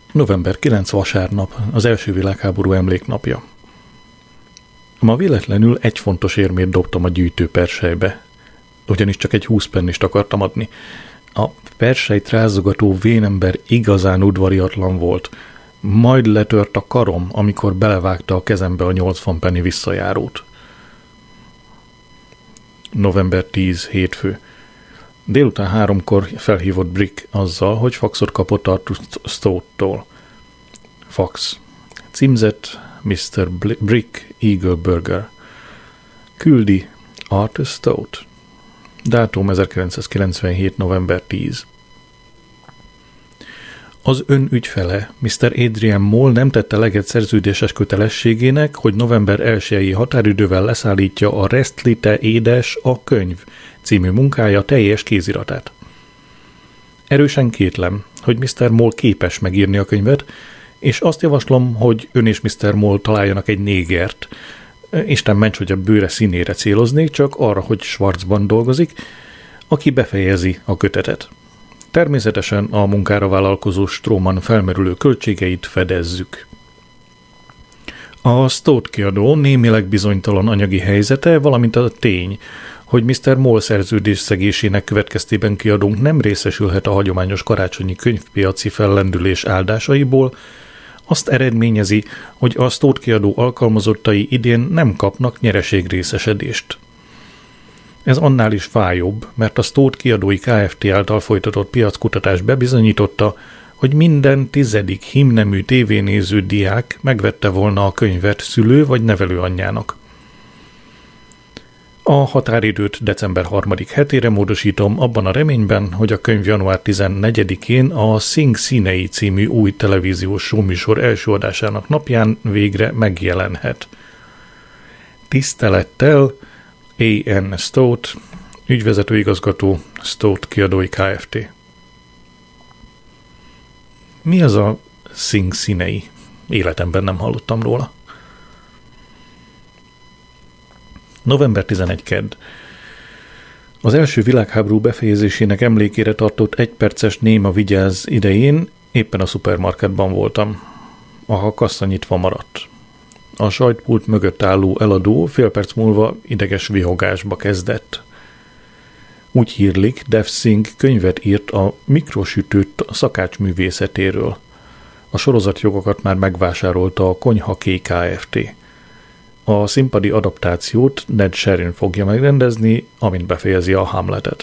November 9 vasárnap, az első világháború emléknapja. Ma véletlenül egy fontos érmét dobtam a gyűjtőperselybe, ugyanis csak egy 20 pennist akartam adni. A perselyt rázogató vénember igazán udvariatlan volt, majd letört a karom, amikor belevágta a kezembe a 80 penny visszajárót. November 10 hétfő. Délután 3-kor felhívott Brick azzal, hogy faxot kapott Arthur Stout-tól. Fax. Címzett Mr. Brick Eagle Burger. Küldi Arthur Stout. Dátum 1997. november 10. Az ön ügyfele, Mr. Adrian Mole nem tette eleget szerződéses kötelességének, hogy november 1-i határidővel leszállítja a Restlite édes a könyv című munkája teljes kéziratát. Erősen kétlem, hogy Mr. Mole képes megírni a könyvet, és azt javaslom, hogy ön és Mr. Mole találjanak egy négert. Isten ments, hogy a bőre színére céloznék, csak arra, hogy Schwarzban dolgozik, aki befejezi a kötetet. Természetesen a munkára vállalkozó Stroman felmerülő költségeit fedezzük. A Stout kiadó némileg bizonytalan anyagi helyzete, valamint a tény, hogy Mr. Mole szerződés szegésének következtében kiadónk nem részesülhet a hagyományos karácsonyi könyvpiaci fellendülés áldásaiból, azt eredményezi, hogy a Stout kiadó alkalmazottai idén nem kapnak nyereségrészesedést. Ez annál is fájóbb, mert a Stout kiadói Kft. Által folytatott piackutatás bebizonyította, hogy minden 10. himnemű tévénéző diák megvette volna a könyvet szülő vagy nevelőanyjának. A határidőt december 3. hetére módosítom abban a reményben, hogy a könyv január 14-én a Sing Színei címú új televíziós showműsor első adásának napján végre megjelenhet. Tisztelettel A.N. Stout, ügyvezetőigazgató, Stout kiadói Kft. Mi az a Sing Színei? Életemben nem hallottam róla. November 11. kedd. Az első világháború befejezésének emlékére tartott 1 perces néma vigyáz idején éppen a szupermarketban voltam. A kassa nyitva maradt. A sajtpult mögött álló eladó fél perc múlva ideges vihogásba kezdett. Úgy hírlik, Dev Singh könyvet írt a mikrosütő szakácsművészetéről. A sorozatjogokat már megvásárolta a Konyha Kft. A színpadi adaptációt Ned Sherin fogja megrendezni, amint befejezi a Hamletet.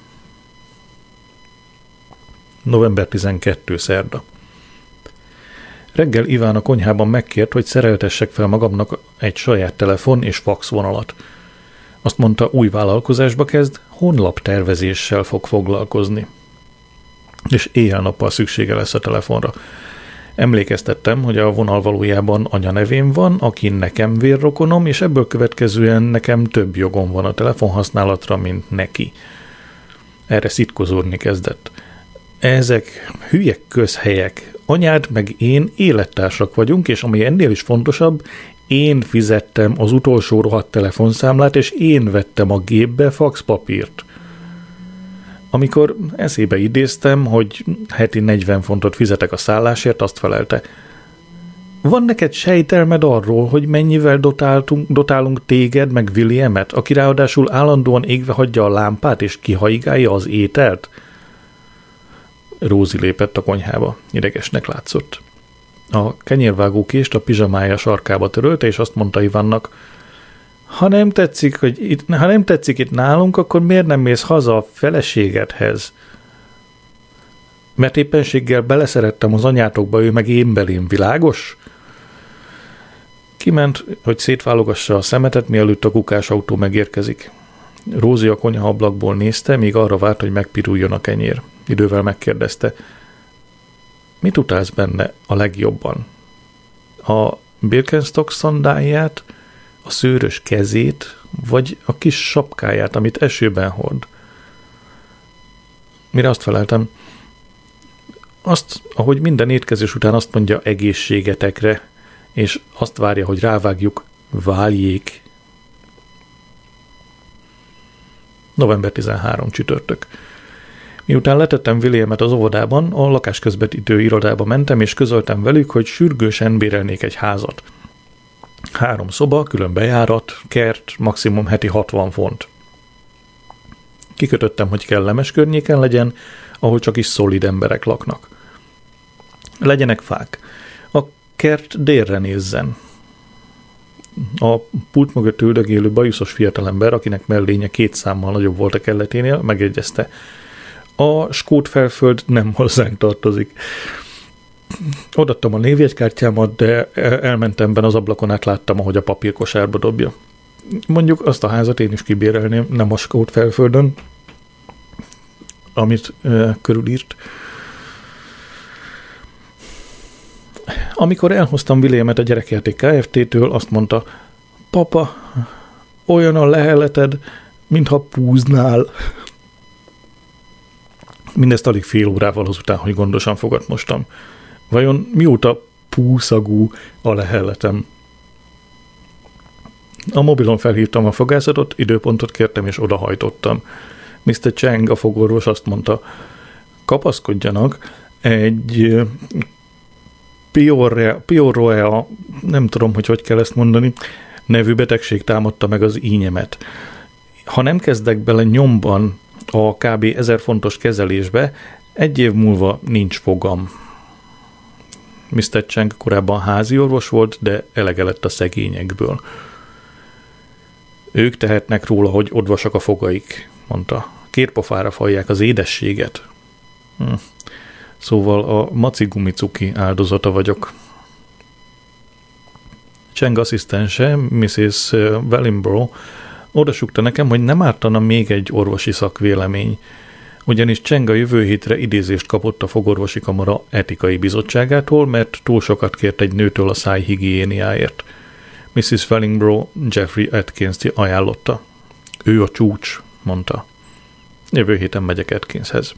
November 12. szerda. Reggel Iván a konyhában megkért, hogy szereltessek fel magamnak egy saját telefon és fax vonalat. Azt mondta, új vállalkozásba kezd, honlaptervezéssel fog foglalkozni. És éjjel-nappal szüksége lesz a telefonra. Emlékeztettem, hogy a vonal valójában anyanevén van, aki nekem vérrokonom, és ebből következően nekem több jogom van a telefonhasználatra, mint neki. Erre szitkozódni kezdett. Ezek hülye közhelyek. Anyád meg én élettársak vagyunk, és ami ennél is fontosabb, én fizettem az utolsó rohadt telefonszámlát, és én vettem a gépbe faxpapírt. Amikor eszébe idéztem, hogy heti 40 fontot fizetek a szállásért, azt felelte. Van neked sejtelmed arról, hogy mennyivel dotálunk téged, meg Williamet, aki ráadásul állandóan égve hagyja a lámpát, és kihaigálja az ételt? Rózi lépett a konyhába, idegesnek látszott. A kenyérvágó kést a pizsamája sarkába törölte, és azt mondta Ivánnak, ha nem tetszik itt nálunk, akkor miért nem mész haza a feleségedhez? Mert éppenséggel beleszerettem az anyátokba, ő meg én belém, világos? Kiment, hogy szétválogassa a szemetet, mielőtt a kukás autó megérkezik. Rózi a konyhaablakból nézte, míg arra várt, hogy megpiruljon a kenyér. Idővel megkérdezte, mit utálsz benne a legjobban? A Birkenstock szandálját, a szőrös kezét, vagy a kis sapkáját, amit esőben hord? Mire azt feleltem, azt, ahogy minden étkezés után azt mondja egészségetekre, és azt várja, hogy rávágjuk, váljék. November 13. csütörtök. Miután letettem Williamet az óvodában, a lakásközvetítő irodába mentem, és közöltem velük, hogy sürgősen bérelnék egy házat. 3 szoba, külön bejárat, kert, maximum heti 60 font. Kikötöttem, hogy kellemes környéken legyen, ahol csak is szolid emberek laknak. Legyenek fák. A kert délre nézzen. A pult mögött üldögélő bajuszos fiatalember, akinek mellénye 2 számmal nagyobb volt a kelleténél, megjegyezte: a skót felföld nem hozzánk tartozik. Odaadtam a névjegykártyámat, de elmentem benne az ablakon át, láttam, ahogy a papírkosárba dobja. Mondjuk azt a házat én is kibérelném, nem a skót felföldön, amit körülírt. Amikor elhoztam Williamet a gyerekjáték Kft-től, azt mondta: papa, olyan a leheleted, mintha púznál. Mindezt alig fél órával azután, hogy gondosan fogatmostam. Vajon mióta púszagú a leheletem? A mobilon felhívtam a fogászatot, időpontot kértem és odahajtottam. Mr. Chang, a fogorvos azt mondta: kapaszkodjanak, egy piorroea, nem tudom, hogy kell ezt mondani, nevű betegség támadta meg az ínyemet. Ha nem kezdek bele nyomban a kb. 1000 fontos kezelésbe, 1 év múlva nincs fogam. Mr. Chang korábban házi orvos volt, de elege lett a szegényekből. Ők tehetnek róla, hogy odvasak a fogaik, mondta. 2 pofára falják az édességet. Szóval a macigumicuki áldozata vagyok. Chang asszisztense, Mrs. Wellingborough, odasúgta nekem, hogy nem ártana még egy orvosi szakvélemény, ugyanis Chang a jövő hétre idézést kapott a fogorvosi kamara etikai bizottságától, mert túl sokat kért egy nőtől a szájhigiéniáért. Mrs. Wellingborough Jeffrey Atkinst ajánlotta. Ő a csúcs, mondta. Jövő héten megyek Atkinshez.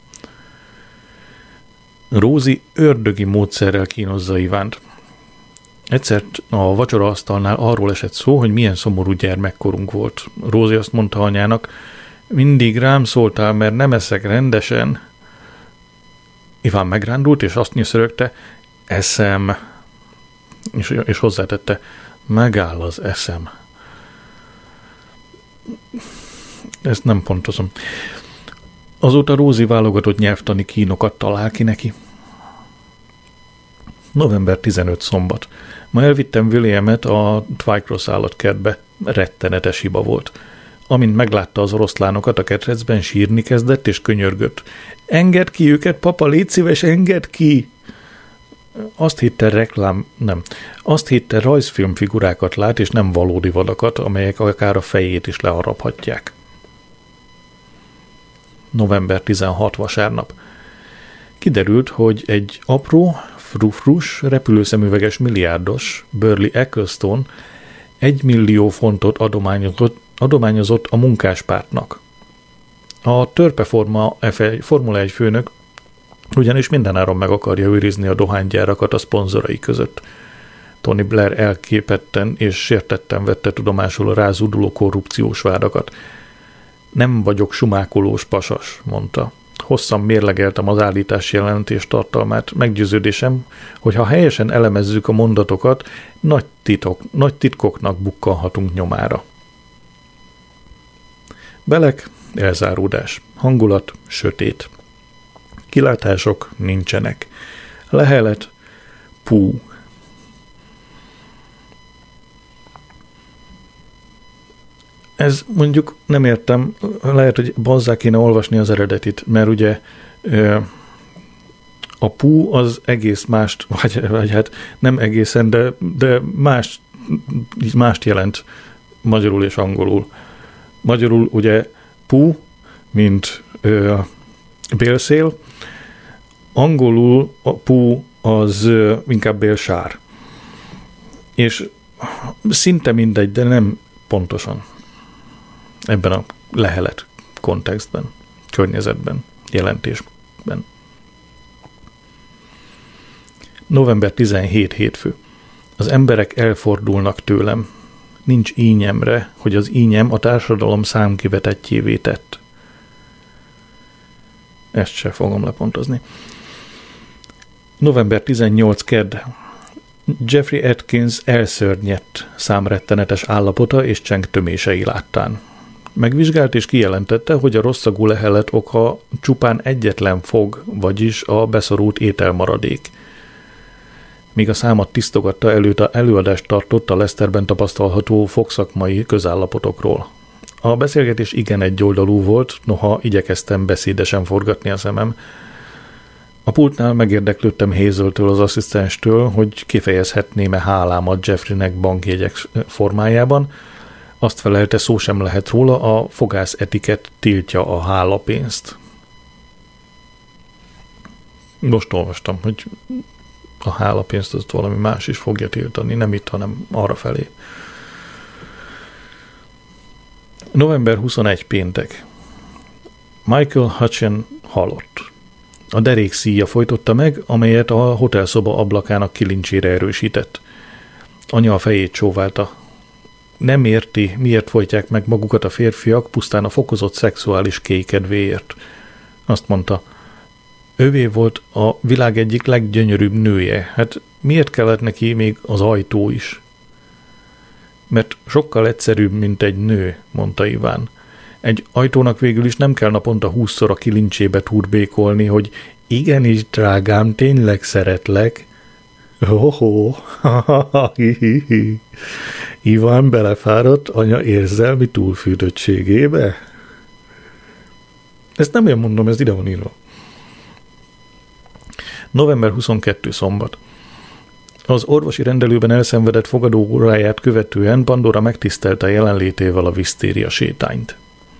Rózi ördögi módszerrel kínozza Ivánt. Egyszer a vacsoraasztalnál arról esett szó, hogy milyen szomorú gyermekkorunk volt. Rózi azt mondta anyának: mindig rám szóltál, mert nem eszek rendesen. Iván megrándult, és azt nyöszörögte: eszem. És hozzátette: megáll az eszem. Ezt nem pontozom. Azóta Rózi válogatott nyelvtani kínokat talál ki neki. November 15 szombat. Ma elvittem Williamet a Twycross állatkertbe. Rettenetes hiba volt. Amint meglátta az oroszlánokat a ketrecben, sírni kezdett és könyörgött. Engedd ki őket, papa, légy szíves, engedd ki! Azt hitte rajzfilmfigurákat lát, és nem valódi vadakat, amelyek akár a fejét is leharaphatják. November 16 vasárnap. Kiderült, hogy egy apró, frufrus, repülőszemüveges milliárdos, Burley Ecclestone 1 millió fontot adományozott a munkáspártnak. A törpe Formula 1 főnök ugyanis mindenáron meg akarja őrizni a dohánygyárakat a szponzorai között. Tony Blair elképetten és sértetten vette tudomásul a rázúduló korrupciós vádakat. Nem vagyok sumákolós pasas, mondta. Hosszan mérlegeltem az állítás jelentés tartalmát. Meggyőződésem, hogy ha helyesen elemezzük a mondatokat, nagy titkoknak bukkanhatunk nyomára. Belek, elzáródás. Hangulat, sötét. Kilátások nincsenek. Lehelet, pú. Ez mondjuk nem értem, lehet, hogy hozzá kéne olvasni az eredetit, mert ugye a pú az egész mást, vagy hát nem egészen, de mást jelent magyarul és angolul. Magyarul ugye pú, mint bélszél, angolul a pú az inkább bélsár. És szinte mindegy, de nem pontosan. Ebben a lehelet kontextben, környezetben, jelentésben. November 17 hétfő. Az emberek elfordulnak tőlem. Nincs ínyemre, hogy az ínyem a társadalom számkivetettjévé tett. Ezt se fogom lepontozni. November 18 kedd. Jeffrey Atkins elszörnyedt számrettenetes állapota és csengtömései láttán. Megvizsgált és kijelentette, hogy a rosszagú lehelet oka csupán egyetlen fog, vagyis a beszorult ételmaradék. Míg a számat tisztogatta, előadást tartott a Leicesterben tapasztalható fogszakmai közállapotokról. A beszélgetés igen egyoldalú volt, noha igyekeztem beszédesen forgatni a szemem. A pultnál megérdeklődtem Hazeltől, az asszisztenstől, hogy kifejezhetném-e hálámat Jeffreynek bankjegyek formájában. Azt felelte, szó sem lehet róla, a fogász etikett tiltja a hálapénzt. Most olvastam, hogy a hálapénzt azt valami más is fogja tiltani, nem itt, hanem arra felé. November 21 péntek. Michael Hutchen halott. A derék szíja folytotta meg, amelyet a hotelszoba ablakának kilincsére erősített. Anya a fejét csóválta. Nem érti, miért folytják meg magukat a férfiak pusztán a fokozott szexuális kélykedvéért. Azt mondta, ővé volt a világ egyik leggyönyörűbb nője. Hát miért kellett neki még az ajtó is? Mert sokkal egyszerűbb, mint egy nő, mondta Iván. Egy ajtónak végül is nem kell naponta 20-szor a kilincsébe turbékolni, hogy igenis, drágám, tényleg szeretlek. Hoho, Iván belefáradt anya érzelmi túlfűtöttségébe? Ezt nem én mondom, ez ide van írva. November 22 szombat. Az orvosi rendelőben elszenvedett fogadóóráját követően Pandora megtisztelte jelenlétével a visztéria sétányt.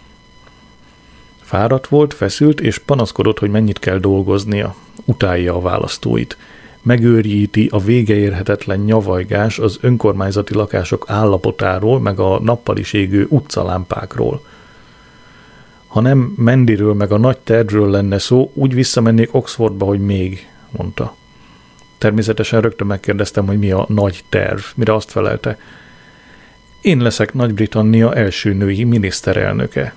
Fáradt volt, feszült, és panaszkodott, hogy mennyit kell dolgoznia. Utálja a választóit. Megőrjíti a végeérhetetlen nyavajgás az önkormányzati lakások állapotáról, meg a nappal is égő utcalámpákról. Ha nem Mandyről meg a nagy tervről lenne szó, úgy visszamennék Oxfordba, hogy még, mondta. Természetesen rögtön megkérdeztem, hogy mi a nagy terv, mire azt felelte. Én leszek Nagy-Britannia első női miniszterelnöke.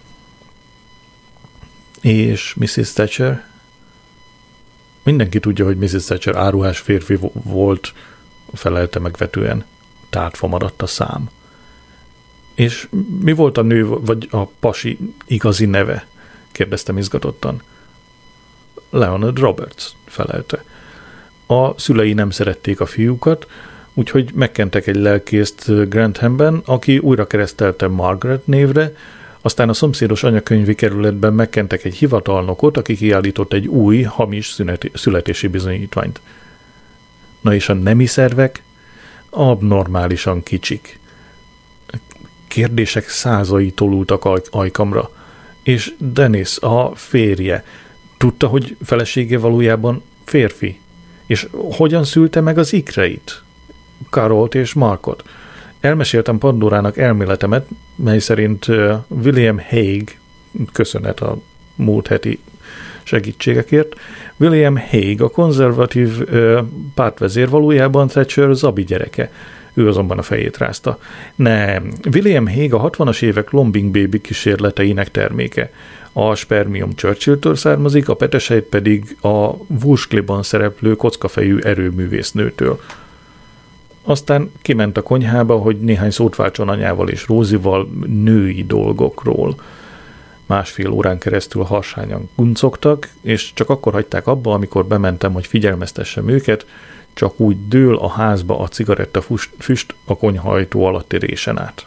És Mrs. Thatcher? Mindenki tudja, hogy Mrs. Thatcher áruhás férfi volt, felelte megvetően. Tártfa maradt a szám. És mi volt a nő, vagy a pasi igazi neve? Kérdeztem izgatottan. Leonard Roberts, felelte. A szülei nem szerették a fiúkat, úgyhogy megkentek egy lelkészt Granthamben, aki újra keresztelte Margaret névre, aztán a szomszédos anyakönyvi kerületben megkentek egy hivatalnokot, aki kiállított egy új, hamis születési bizonyítványt. Na és a nemi szervek? Abnormálisan kicsik. Kérdések százai tolultak ajkamra. És Dennis, a férje, tudta, hogy felesége valójában férfi. És hogyan szülte meg az ikreit? Karolt és Markot. Elmeséltem Pandorának elméletemet, mely szerint William Hague, köszönet a múlt heti segítségekért, William Hague, a konzervatív pártvezér valójában Thatcher Zabi gyereke. Ő azonban a fejét rázta. Nem, William Hague a 60-as évek Lombing Baby kísérleteinek terméke. A spermium Churchill-től származik, a petesejt pedig a Wursley-ban szereplő kockafejű erőművésznőtől. Aztán kiment a konyhába, hogy néhány szót váltson anyával és Rózival női dolgokról. Másfél órán keresztül harsányan kuncogtak, és csak akkor hagyták abba, amikor bementem, hogy figyelmeztessem őket, csak úgy dől a házba a cigarettafüst a konyhajtó alatti résen át.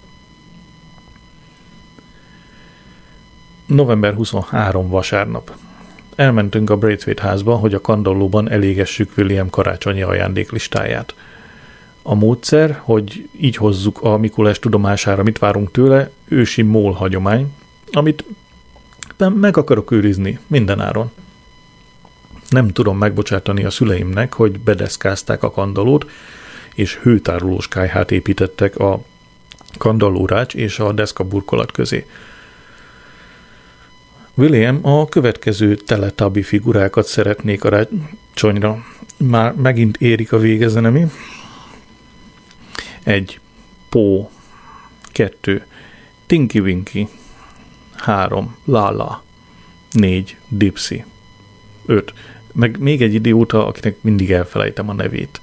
November 23 vasárnap. Elmentünk a Braithwaite házba, hogy a kandallóban elégessük William karácsonyi ajándéklistáját. A módszer, hogy így hozzuk a Mikulás tudomására, mit várunk tőle, ősi mól hagyomány, amit meg akarok őrizni mindenáron. Nem tudom megbocsátani a szüleimnek, hogy bedeszkázták a kandallót, és hőtárolós kályhát építettek a kandallórács és a deszka burkolat közé. William, a következő Teletubby figurákat szeretné karácsonyra. Már megint érik a végezenemi. 1. Pó. 2. Tinky Winky. 3. Lala. 4. Dipsy. 5. Meg még egy idióta, akinek mindig elfelejtem a nevét.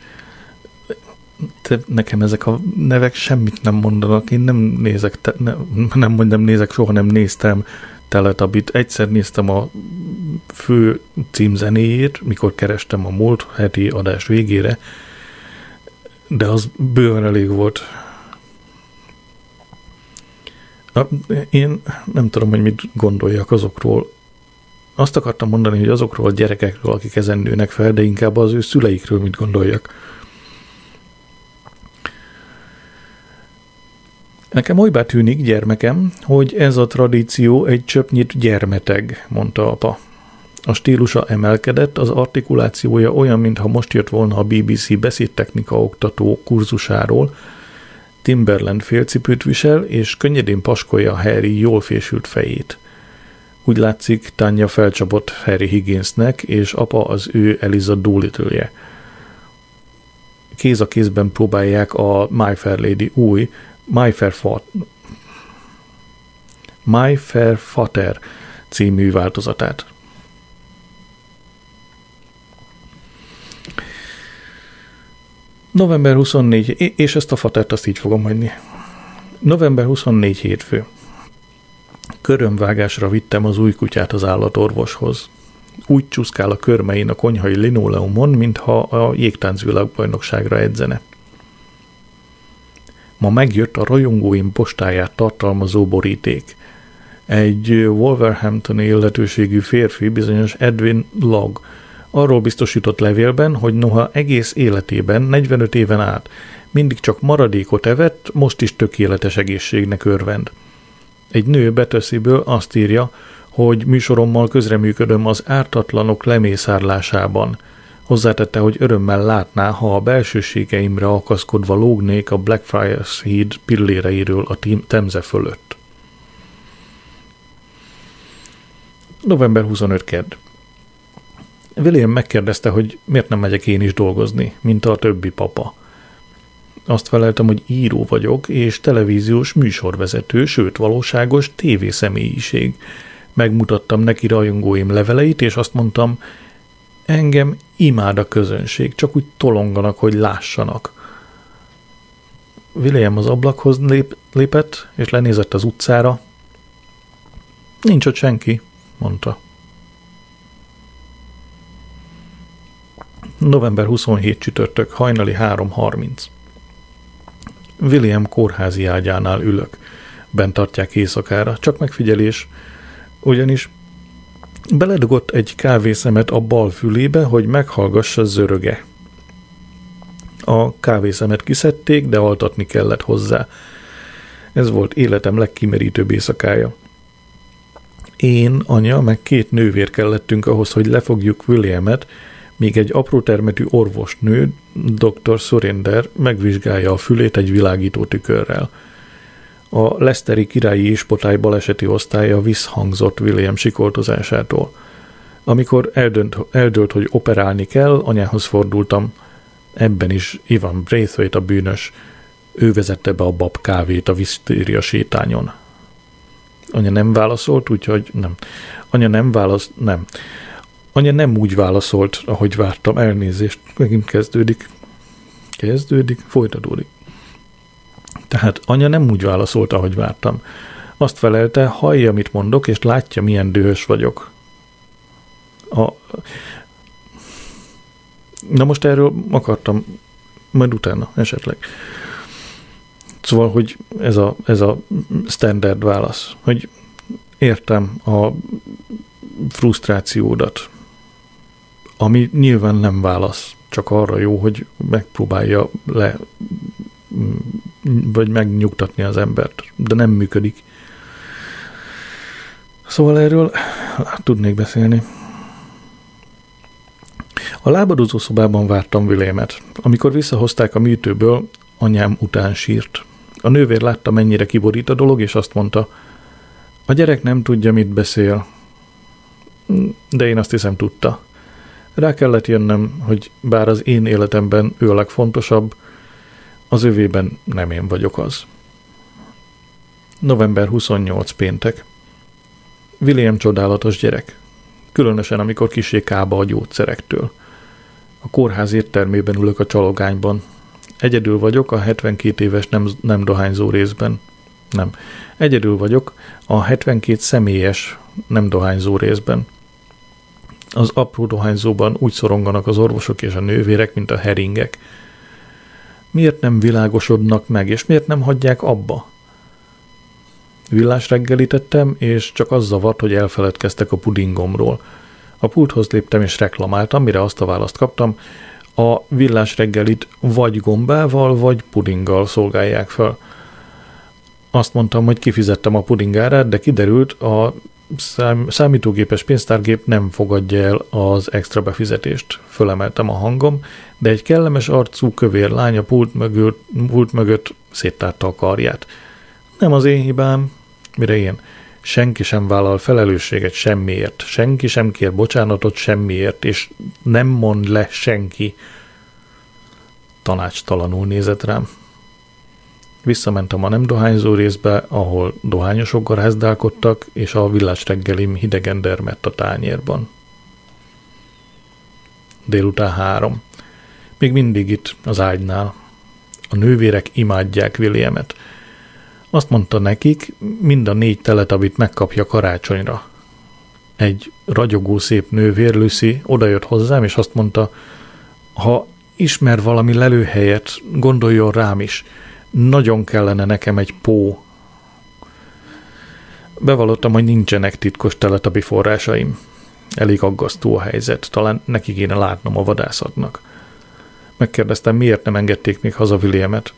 Nekem ezek a nevek semmit nem mondanak. Én nem nézek, soha nem néztem Teletubbyt. Egyszer néztem a fő címzenéjét, mikor kerestem a múlt heti adás végére, de az bőven elég volt. Én nem tudom, hogy mit gondoljak azokról. Azt akartam mondani, hogy azokról a gyerekekről, akik ezen nőnek fel, de inkább az ő szüleikről mit gondoljak. Nekem olybá tűnik, gyermekem, hogy ez a tradíció egy csöpnyit gyermeteg, mondta apa. A stílusa emelkedett, az artikulációja olyan, mintha most jött volna a BBC beszédtechnika oktató kurzusáról. Timberland félcipőt visel, és könnyedén paskolja Harry jól fésült fejét. Úgy látszik, Tanya felcsapott Harry Higginsnek, és apa az ő Eliza Doolittle-je. Kéz a kézben próbálják a My Fair Lady új My Fair Father című változatát. November 24, és ezt a fatert azt így fogom hagyni. November 24 hétfő. Körömvágásra vittem az új kutyát az állatorvoshoz. Úgy csúszkál a körmein a konyhai linoleumon, mintha a jégtáncvilágbajnokságra edzene. Ma megjött a rajongóim postáját tartalmazó boríték. Egy Wolverhamptoni illetőségű férfi, bizonyos Edwin Logg, arról biztosított levélben, hogy noha egész életében, 45 éven át mindig csak maradékot evett, most is tökéletes egészségnek örvend. Egy nő betesziből azt írja, hogy műsorommal közreműködöm az ártatlanok lemészárlásában. Hozzátette, hogy örömmel látná, ha a belsőségeimre akaszkodva lógnék a Blackfriars híd pilléreiről a Temze fölött. November 25 kedd. William megkérdezte, hogy miért nem megyek én is dolgozni, mint a többi papa. Azt feleltem, hogy író vagyok, és televíziós műsorvezető, sőt valóságos tévészemélyiség. Megmutattam neki rajongóim leveleit, és azt mondtam, engem imád a közönség, csak úgy tolonganak, hogy lássanak. William az ablakhoz lépett, és lenézett az utcára. Nincs ott senki, mondta. November 27 csütörtök, hajnali 3:30. William kórházi ágyánál ülök. Bent tartják éjszakára, csak megfigyelés, ugyanis beledugott egy kávészemet a bal fülébe, hogy meghallgassa zöröge. A kávészemet kiszedték, de altatni kellett hozzá. Ez volt életem legkimerítőbb éjszakája. Én, anya, meg 2 nővér kellettünk ahhoz, hogy lefogjuk Williamet, míg egy apró termetű orvosnő, dr. Surinder megvizsgálja a fülét egy világító tükörrel. A Leicesteri királyi ispotály baleseti osztálya visszhangzott William sikoltozásától. Amikor eldőlt, hogy operálni kell, anyához fordultam. Ebben is Ivan Braithwaite a bűnös. Ő vezette be a bab kávét a Wisteria sétányon. Anya nem válaszolt, úgyhogy nem. Anya nem úgy válaszolt, ahogy vártam. Elnézést. Megint folytatódik. Tehát anya nem úgy válaszolt, ahogy vártam. Azt felelte, hallja, mit mondok, és látja, milyen dühös vagyok. Na most erről akartam, majd utána esetleg. Szóval, hogy ez a standard válasz, hogy értem a frusztrációdat, ami nyilván nem válasz, csak arra jó, hogy megpróbálja vagy megnyugtatni az embert, de nem működik. Szóval erről tudnék beszélni. A lábadozó szobában vártam Williamet. Amikor visszahozták a műtőből, anyám után sírt. A nővér látta, mennyire kiborít a dolog, és azt mondta, a gyerek nem tudja, mit beszél. De én azt hiszem, tudta. Rá kellett jönnöm, hogy bár az én életemben ő a legfontosabb, az övében nem én vagyok az. November 28 péntek. William csodálatos gyerek. Különösen, amikor kissé kába a gyógyszerektől. A kórház éttermében ülök a csalogányban. Egyedül vagyok a 72 éves nem dohányzó részben. Nem. Egyedül vagyok a 72 személyes nem dohányzó részben. Az apró dohányzóban úgy szoronganak az orvosok és a nővérek, mint a heringek. Miért nem világosodnak meg, és miért nem hagyják abba? Villás reggelítettem, és csak az zavart, hogy elfeledkeztek a pudingomról. A pulthoz léptem és reklamáltam, mire azt a választ kaptam, a villás reggelit vagy gombával, vagy pudinggal szolgálják fel. Azt mondtam, hogy kifizettem a pudingárát, de kiderült, a számítógépes pénztárgép nem fogadja el az extra befizetést. Fölemeltem a hangom, de egy kellemes arcú kövér lány a pult mögött széttárta a karját. Nem az én hibám, mire én. Senki sem vállal felelősséget semmiért, senki sem kér bocsánatot semmiért, és nem mond le senki. Tanácstalanul nézett rám. Visszamentem a nem dohányzó részbe, ahol dohányosok garázdálkodtak, és a villás reggelim hidegen dermedt a tányérban. Délután 3. Még mindig itt, az ágynál. A nővérek imádják Williamet. Azt mondta nekik, mind a 4 teletabit megkapja karácsonyra. Egy ragyogó szép nővér, Lucy, odajött hozzám, és azt mondta, ha ismer valami lelőhelyet, gondoljon rám is. Nagyon kellene nekem egy pó. Bevallottam, hogy nincsenek titkos teletabi forrásaim. Elég aggasztó a helyzet, talán neki kéne látnom a vadászatnak. Megkérdeztem, miért nem engedték még haza Williamet.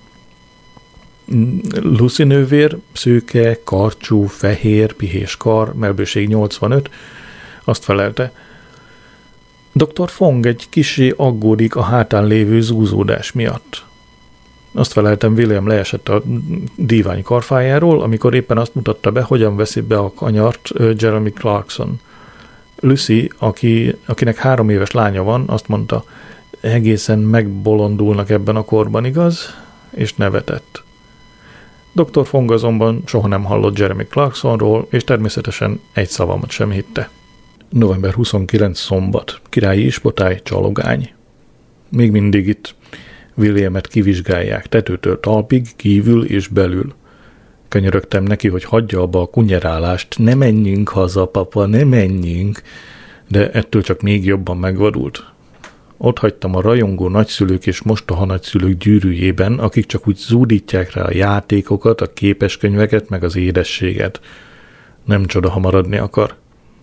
Lucy nővér, szőke, karcsú, fehér, pihés kar, melbőség 85, azt felelte. Dr. Fong egy kissé aggódik a hátán lévő zúzódás miatt. Azt feleltem, William leesett a dívány karfájáról, amikor éppen azt mutatta be, hogyan veszi be a kanyart Jeremy Clarkson. Lucy, akinek 3 éves lánya van, azt mondta, egészen megbolondulnak ebben a korban, igaz? És nevetett. Dr. Fong azonban soha nem hallott Jeremy Clarksonról, és természetesen egy szavamat sem hitte. November 29. szombat. Királyi ispotály, csalogány. Még mindig itt. Williamet kivizsgálják tetőtől talpig, kívül és belül. Könyörögtem neki, hogy hagyja abba a kunyerálást. Ne menjünk haza, papa, ne menjünk. De ettől csak még jobban megvadult. Ott hagytam a rajongó nagyszülők és mostoha nagyszülők gyűrűjében, akik csak úgy zúdítják rá a játékokat, a képeskönyveket, meg az édességet. Nem csoda, ha maradni akar.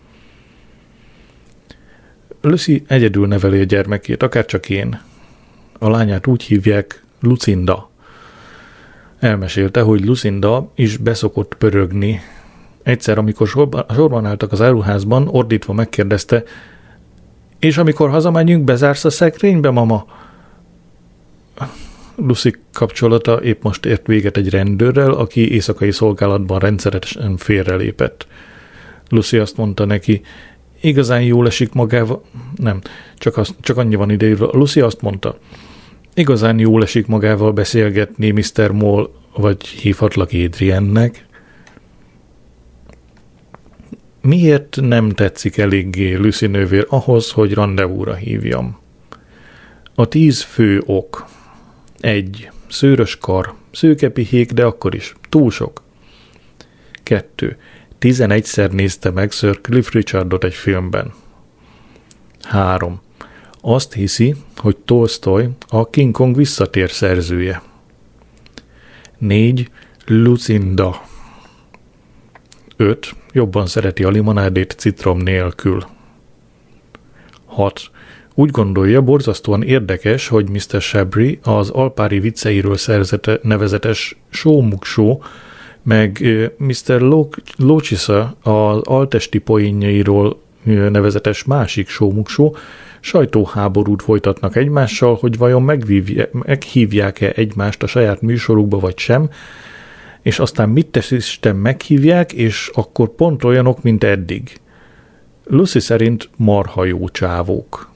Lucy egyedül neveli a gyermekét, akárcsak én. A lányát úgy hívják Lucinda. Elmesélte, hogy Lucinda is beszokott pörögni. Egyszer, amikor sorban álltak az áruházban, ordítva megkérdezte, és amikor hazamegyünk, bezársz a szekrénybe, mama? Lucy kapcsolata épp most ért véget egy rendőrrel, aki éjszakai szolgálatban rendszeresen félrelépett. Lucy azt mondta neki, igazán jól esik magával... Nem, csak annyi van ideírva. Lucy azt mondta, igazán jól esik magával beszélgetni, Mr. Moll, vagy hívhatlak Adriennek. Miért nem tetszik eléggé Lucy nővér ahhoz, hogy randevúra hívjam? A 10 fő ok. 1. Szőrös kar, szőkepihék, de akkor is. Túl sok. 2. 11-szer nézte meg Sir Cliff Richardot egy filmben. 3. Azt hiszi, hogy Tolstoy a King Kong visszatér szerzője. 4. Lucinda. 5. Jobban szereti a limonádét citrom nélkül. 6. Úgy gondolja, borzasztóan érdekes, hogy Mr. Shabry az alpári vicceiről nevezetes Show, meg Mr. Lochisa az altesti poénjairól nevezetes másik Show sajtóháborút folytatnak egymással, hogy vajon meghívják-e egymást a saját műsorukba, vagy sem, és aztán mit tesz Isten, meghívják, és akkor pont olyanok, mint eddig. Lucy szerint marha jó csávók.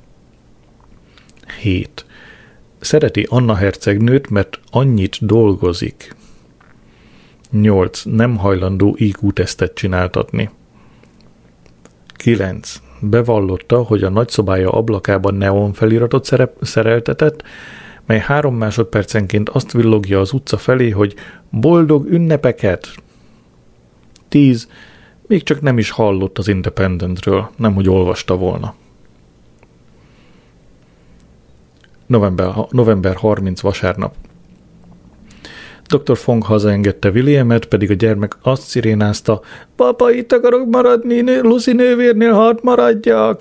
7. Szereti Anna hercegnőt, mert annyit dolgozik. 8. Nem hajlandó IQ-tesztet csináltatni. 9. Bevallotta, hogy a nagyszobája ablakában neon feliratot szereltetett, mely 3 másodpercenként azt villogja az utca felé, hogy boldog ünnepeket. 10. Még csak nem is hallott az Independentről, nemhogy olvasta volna. November 30 vasárnap. Dr. Fong hazaengedte Williamet, pedig a gyermek azt szirénázta, papa, itt akarok maradni, Lucy nővérnél, hadd maradjak.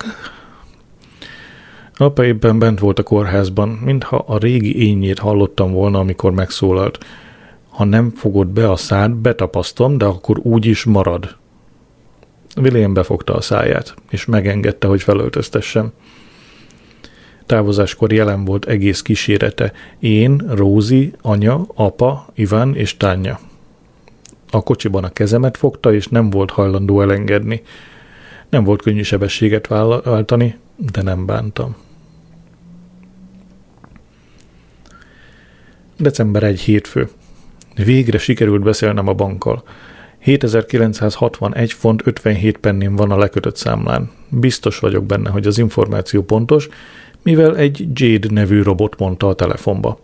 Apa éppen bent volt a kórházban, mintha a régi énjét hallottam volna, amikor megszólalt. Ha nem fogod be a szád, betapasztom, de akkor úgy is marad. William befogta a száját, és megengedte, hogy felöltöztessem. Távozáskor jelen volt egész kísérete. Én, Rózi, anya, apa, Iván és Tanya. A kocsiban a kezemet fogta, és nem volt hajlandó elengedni. Nem volt könnyű sebességet váltani, de nem bántam. December 1 hétfő. Végre sikerült beszélnem a bankkal. 7961 font 57 pennin van a lekötött számlán. Biztos vagyok benne, hogy az információ pontos, mivel egy Jade nevű robot mondta a telefonba.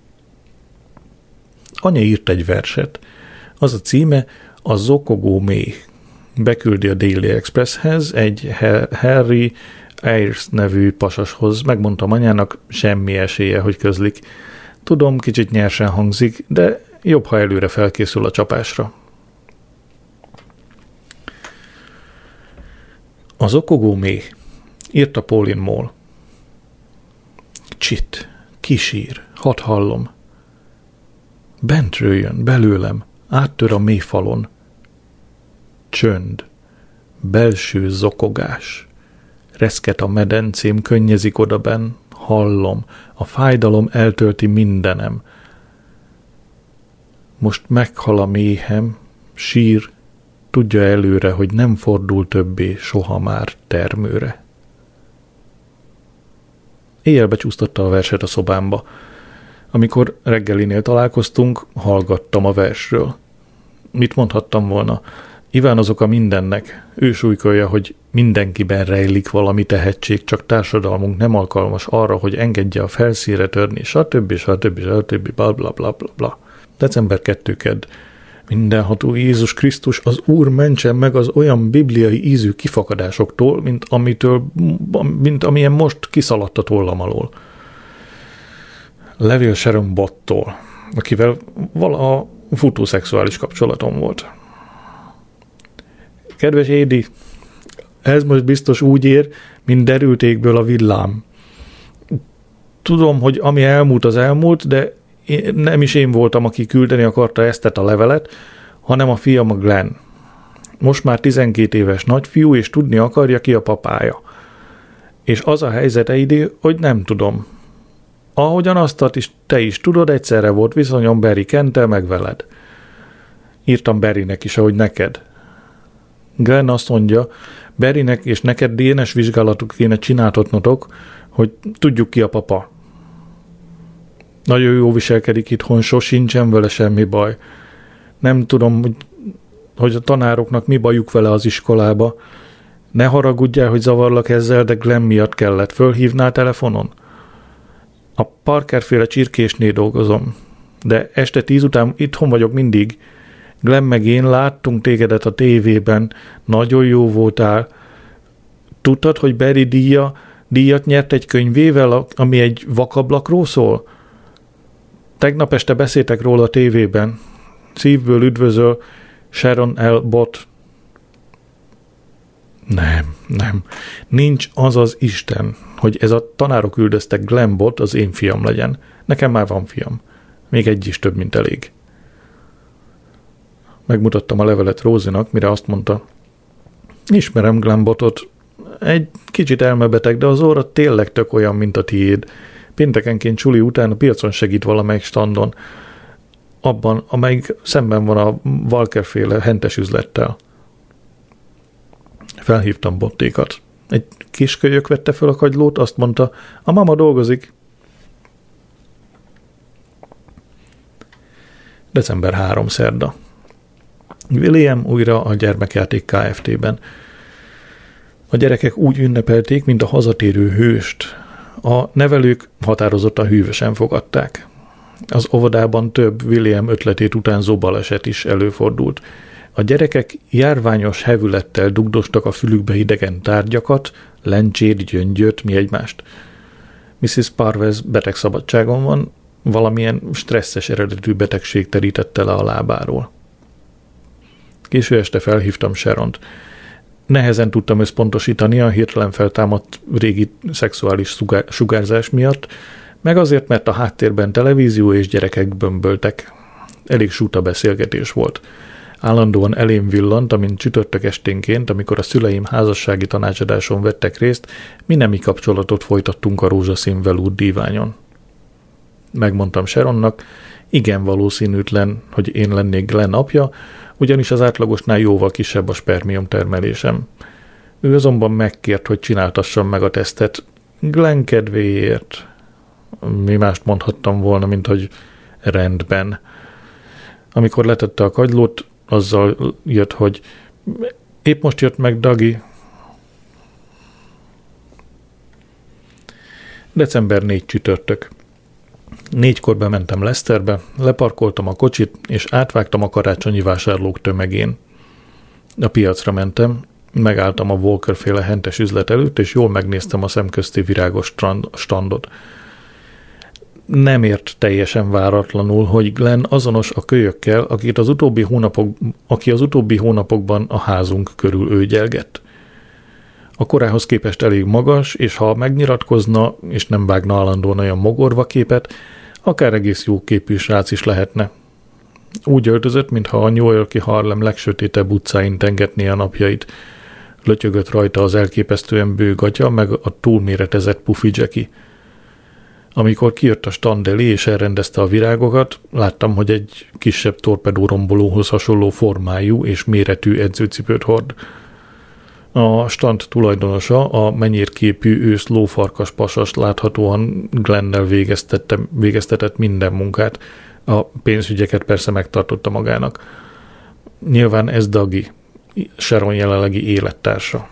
Anya írt egy verset. Az a címe a Zokogó méh. Beküldi a Daily Expresshez egy Harry Ayres nevű pasashoz. Megmondtam anyának, semmi esélye, hogy közlik. Tudom, kicsit nyersen hangzik, de jobb, ha előre felkészül a csapásra. A Zokogó méh. Írta Pauline Moll. Csit, kisír, hadd hallom. Bentről jön, belőlem, áttör a mély falon. Csönd, belső zokogás. Reszket a medencém, könnyezik odabenn, hallom, a fájdalom eltölti mindenem. Most meghal a méhem, sír, tudja előre, hogy nem fordul többé soha már termőre. Éjjel becsúsztatta a verset a szobámba. Amikor reggelinél találkoztunk, hallgattam a versről. Mit mondhattam volna? Iván az oka mindennek. Ő súlykolja, hogy mindenkiben rejlik valami tehetség, csak társadalmunk nem alkalmas arra, hogy engedje a felszínre törni, stb. Bla bla bla bla bla. December 2 kedd. Mindenható Jézus Krisztus, az Úr mentsen meg az olyan bibliai ízű kifakadásoktól, mint amilyen most kiszaladt a tollam alól. Levél Sharon Bottól, akivel valaha futószexuális kapcsolatom volt. Kedves Édi, ez most biztos úgy ér, mint derültékből a villám. Tudom, hogy ami elmúlt, az elmúlt, de nem is én voltam, aki küldeni akarta ezt a levelet, hanem a fiam a Glenn. Most már 12 éves nagyfiú, és tudni akarja, ki a papája. És az a helyzet, Eidi, hogy nem tudom. Ahogyan azt is te is tudod, egyszerre volt viszonyom Barry Kenttel meg veled. Írtam Barrynek is, ahogy neked. Glenn azt mondja, Barrynek és neked DNS vizsgálatot kéne csináltatnotok, hogy tudjuk, ki a papa. Nagyon jó viselkedik itthon, sosincsen vele semmi baj. Nem tudom, hogy a tanároknak mi bajuk vele az iskolába. Ne haragudjál, hogy zavarlak ezzel, de Glenn miatt kellett. Fölhívnál telefonon? A Parker-féle csirkésnél dolgozom, de este 10 után itthon vagyok mindig. Glenn meg én láttunk tégedet a tévében. Nagyon jó voltál. Tudtad, hogy Barry díjat nyert egy könyvével, ami egy vakablakról szól? Tegnap este beszéltek róla a tévében. Szívből üdvözöl, Sharon L. Bott. Nem. Nincs az az Isten, hogy ez a tanárok üldöztek Glenn Bott az én fiam legyen. Nekem már van fiam. Még egy is több, mint elég. Megmutattam a levelet Rózinak, mire azt mondta, ismerem Glenn Bottot. Egy kicsit elmebeteg, de az óra tényleg tök olyan, mint a tiéd. Péntekenként csuli után a piacon segít valamelyik standon, abban, amelyik szemben van a Walker-féle hentes üzlettel. Felhívtam Bottékat. Egy kiskölyök vette fel a kagylót, azt mondta, a mama dolgozik. December 3 szerda. William újra a gyermekjáték Kft-ben. A gyerekek úgy ünnepelték, mint a hazatérő hőst. A nevelők határozottan hűvösen fogadták. Az óvodában több William ötletét utánzó baleset is előfordult. A gyerekek járványos hevülettel dugdostak a fülükbe idegen tárgyakat, lencsét, gyöngyöt, mi egymást. Mrs. Parvez betegszabadságon van, valamilyen stresszes eredetű betegség terítette le a lábáról. Késő este felhívtam Sharont. Nehezen tudtam összpontosítani a hirtelen feltámadt régi szexuális sugárzás miatt, meg azért, mert a háttérben televízió és gyerekek bömböltek. Elég súta beszélgetés volt. Állandóan elém villant, amint csütörtök esténként, amikor a szüleim házassági tanácsadáson vettek részt, mi nemi kapcsolatot folytattunk a rózsaszín velúr díványon. Megmondtam Sharonnak, igen valószínűtlen, hogy én lennék Glenn apja, ugyanis az átlagosnál jóval kisebb a spermium termelésem. Ő azonban megkért, hogy csináltassam meg a tesztet. Glenn kedvéért. Mi mást mondhattam volna, mint hogy rendben. Amikor letette a kagylót, azzal jött, hogy épp most jött meg Dagi. December 4 csütörtök. 4-kor bementem Leicesterbe, leparkoltam a kocsit, és átvágtam a karácsonyi vásárlók tömegén. A piacra mentem, megálltam a Walker-féle hentes üzlet előtt, és jól megnéztem a szemközti virágos standot. Nem ért teljesen váratlanul, hogy Glenn azonos a kölyökkel, aki az utóbbi hónapokban a házunk körül őgyelgett. A korához képest elég magas, és ha megnyilatkozna, és nem vágna állandóan olyan mogorva képet, akár egész jó képű srác is lehetne. Úgy öltözött, mintha a New York-i Harlem legsötétebb utcáin tengetné a napjait. Lötyögött rajta az elképesztően bő gatya, meg a túlméretezett pufi Jackie. Amikor kijött a stand elé és elrendezte a virágokat, láttam, hogy egy kisebb torpedórombolóhoz hasonló formájú és méretű edzőcipőt hord. A stand tulajdonosa, a menyérképű ősz lófarkas pasas láthatóan Glennel végeztetett minden munkát, a pénzügyeket persze megtartotta magának. Nyilván ez Dagi, Sharon jelenlegi élettársa.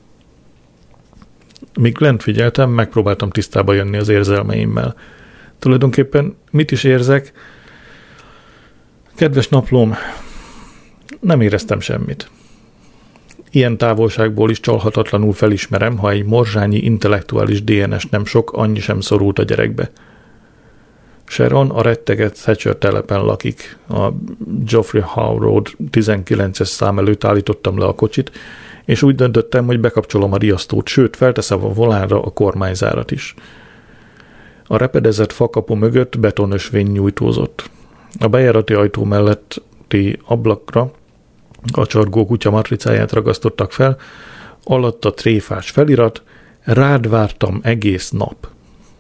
Míg Glennt figyeltem, megpróbáltam tisztába jönni az érzelmeimmel. Tulajdonképpen mit is érzek? Kedves naplóm, nem éreztem semmit. Ilyen távolságból is csalhatatlanul felismerem, ha egy morzsányi intellektuális DNS nem sok, annyi sem szorult a gyerekbe. Sharon a retteget Thatcher telepen lakik. A Geoffrey Howe Road 19-es szám előtt állítottam le a kocsit, és úgy döntöttem, hogy bekapcsolom a riasztót, sőt, felteszem a volánra a kormányzárat is. A repedezett fakapu mögött betonösvény nyújtózott. A bejárati ajtó melletti ablakra a csargó kutya matricáját ragasztottak fel, alatta tréfás felirat, rád vártam egész nap.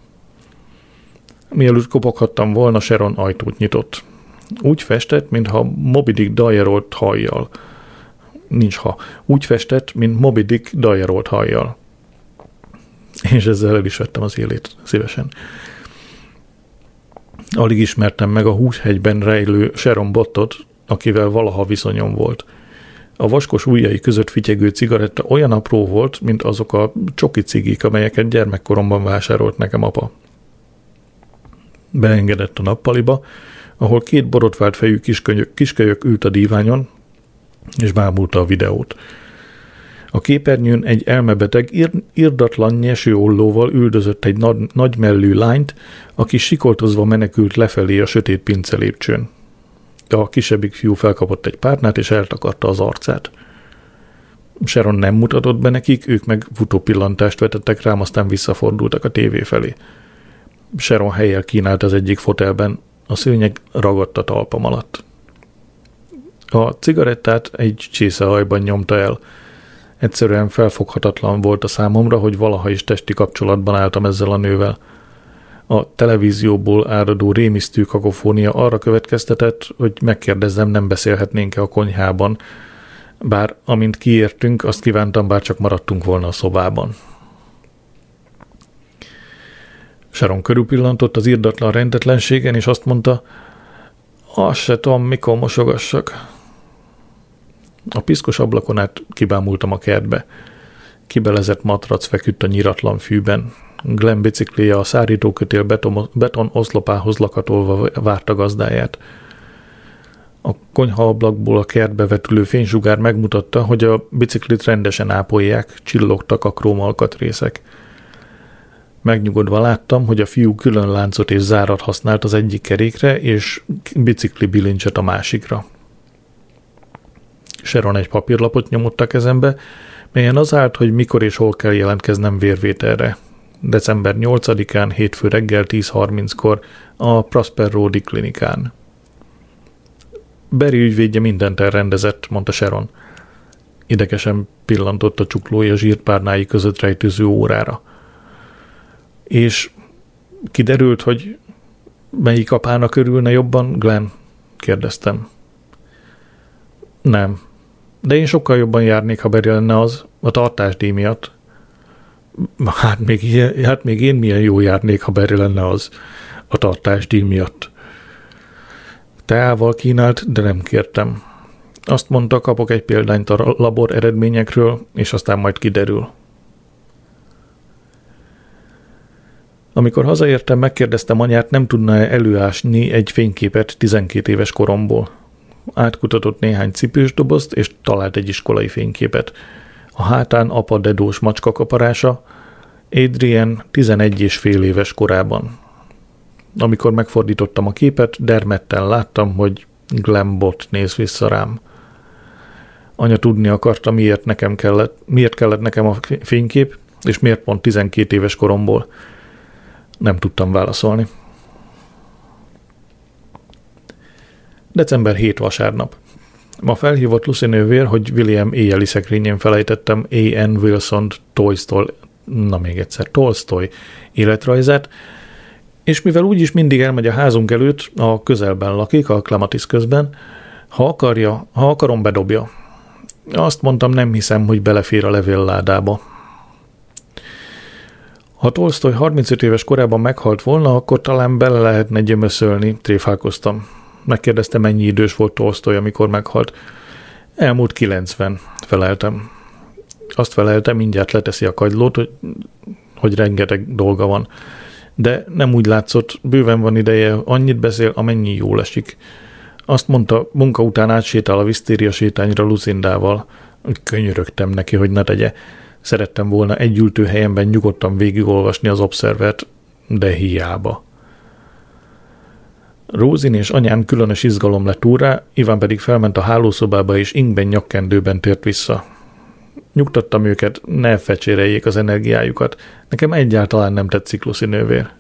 Mielőtt kopoghattam volna, Sharon ajtót nyitott. Úgy festett, mintha Moby Dick dajerolt hajjal. Nincs ha. Úgy festett, mint Moby Dick dajerolt hajjal. És ezzel el is vettem az élét szívesen. Alig ismertem meg a Húshegyben rejlő Sharon Bottot, akivel valaha viszonyom volt. A vaskos ujjai között fityegő cigaretta olyan apró volt, mint azok a csoki cigik, amelyeket gyermekkoromban vásárolt nekem apa. Beengedett a nappaliba, ahol 2 borotvált fejű kiskölyök ült a díványon, és bámulta a videót. A képernyőn egy elmebeteg, irdatlan nyeső ollóval üldözött egy nagymellű lányt, aki sikoltozva menekült lefelé a sötét pince lépcsőn. A kisebbik fiú felkapott egy párnát, és eltakarta az arcát. Sharon nem mutatott be nekik, ők meg futópillantást vetettek rám, aztán visszafordultak a tévé felé. Sharon hellyel kínált az egyik fotelben, a szőnyeg ragadt a talpam alatt. A cigarettát egy csészehajban nyomta el. Egyszerűen felfoghatatlan volt a számomra, hogy valaha is testi kapcsolatban álltam ezzel a nővel. A televízióból áradó rémisztő kakofónia arra következtetett, hogy megkérdezzem, nem beszélhetnénk-e a konyhában, bár amint kiértünk, azt kívántam, bár csak maradtunk volna a szobában. Sharon körülpillantott az irdatlan rendetlenségen, és azt mondta, azt se tudom, mikor mosogassak. A piszkos ablakon át kibámultam a kertbe. Kibelezett matrac feküdt a nyiratlan fűben. Glenn bicikléje a szárítókötél beton oszlopához lakatolva várta gazdáját. A konyhaablakból a kertbe vetülő fénysugár megmutatta, hogy a biciklit rendesen ápolják, csillogtak a króm alkatrészek. Megnyugodva láttam, hogy a fiú külön láncot és zárat használt az egyik kerékre, és bicikli bilincset a másikra. Sharon egy papírlapot nyomott a kezembe, melyen az állt, hogy mikor és hol kell jelentkeznem vérvételre. December 8-án, hétfő reggel 10:30-kor a Prosper Road-i klinikán. Barry ügyvédje mindent elrendezett, mondta Sharon. Idegesen pillantott a csuklója zsírpárnái között rejtőző órára. És kiderült, hogy melyik apának örülne jobban, Glenn? Kérdeztem. Nem. De én sokkal jobban járnék, ha Barry lenne az, a tartásdíj miatt. Hát még én milyen jó járnék, ha Barry lenne az, a tartásdíj miatt. Teával kínált, de nem kértem. Azt mondta, kapok egy példányt a labor eredményekről, és aztán majd kiderül. Amikor hazaértem, megkérdeztem anyát, nem tudná előásni egy fényképet 12 éves koromból. Átkutatott néhány cipős dobozt, és talált egy iskolai fényképet. A hátán apa dedós macska kaparása, Adrian 11,5 éves korában. Amikor megfordítottam a képet, dermedten láttam, hogy Glenn Bott néz vissza rám. Anya tudni akarta, miért kellett nekem a fénykép, és miért pont 12 éves koromból. Nem tudtam válaszolni. December 7 vasárnap. Ma felhívott Lucy nővér, hogy William éjjeli szekrényén felejtettem A.N. Wilson Tolstoy életrajzát, és mivel úgyis mindig elmegy a házunk előtt, a közelben lakik, a Clematis közben, ha akarom, bedobja. Azt mondtam, nem hiszem, hogy belefér a levélládába. Ha Tolstoy 35 éves korában meghalt volna, akkor talán bele lehetne gyömöszölni, tréfálkoztam. Megkérdezte, mennyi idős volt Tolstoy, amikor meghalt. Elmúlt 90, feleltem. Azt feleltem, mindjárt leteszi a kagylót, hogy rengeteg dolga van. De nem úgy látszott, bőven van ideje, annyit beszél, amennyi jól esik. Azt mondta, munka után átsétál a visztéria sétányra Lucindával. Könyörögtem neki, hogy ne tegye. Szerettem volna egy ültőhelyemben nyugodtan végigolvasni az Observert, de hiába. Rózin és anyám különös izgalom lett úrrá, Iván pedig felment a hálószobába és ingben nyakkendőben tért vissza. Nyugtattam őket, ne fecséreljék az energiájukat. Nekem egyáltalán nem tetszik Lucy nővér.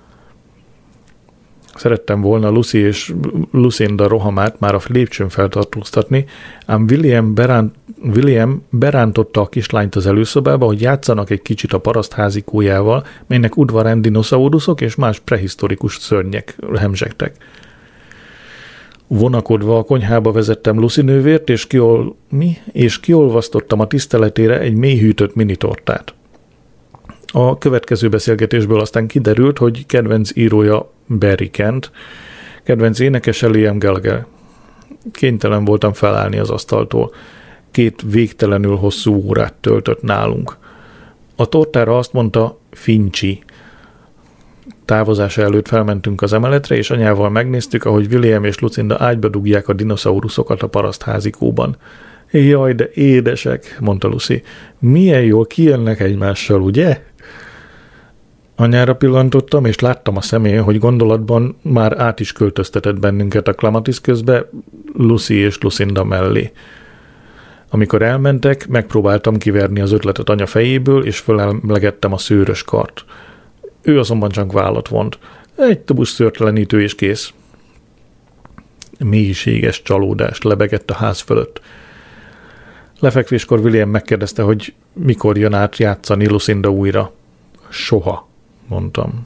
Szerettem volna Lucy és Lucinda rohamát már a lépcsőn feltartóztatni, ám William berántotta a kislányt az előszobába, hogy játszanak egy kicsit a parasztházikójával, melynek udvarán dinoszauruszok és más prehisztorikus szörnyek hemzsegtek. Vonakodva a konyhába vezettem Lucy nővért, és kiolvasztottam a tiszteletére egy mélyhűtött minitortát. A következő beszélgetésből aztán kiderült, hogy kedvenc írója Barry Kent, kedvenc énekese Liam Gallagher. Kénytelen voltam felállni az asztaltól. 2 végtelenül hosszú órát töltött nálunk. A tortára azt mondta, fincsi. Távozása előtt felmentünk az emeletre, és anyával megnéztük, ahogy William és Lucinda ágyba dugják a dinoszauruszokat a parasztházikóban. Jaj, de édesek, mondta Lucy. Milyen jól kijönnek egymással, ugye? Anyára pillantottam, és láttam a szemén, hogy gondolatban már át is költöztetett bennünket a Clematis közbe, Lucy és Lucinda mellé. Amikor elmentek, megpróbáltam kiverni az ötletet anya fejéből, és fölemlegettem a szőrös kart. Ő azonban csak vállat vont. Egy tubus szőrtelenítő és kész. Mélységes csalódást lebegett a ház fölött. Lefekvéskor William megkérdezte, hogy mikor jön át játszani Lucinda újra. Soha, mondtam.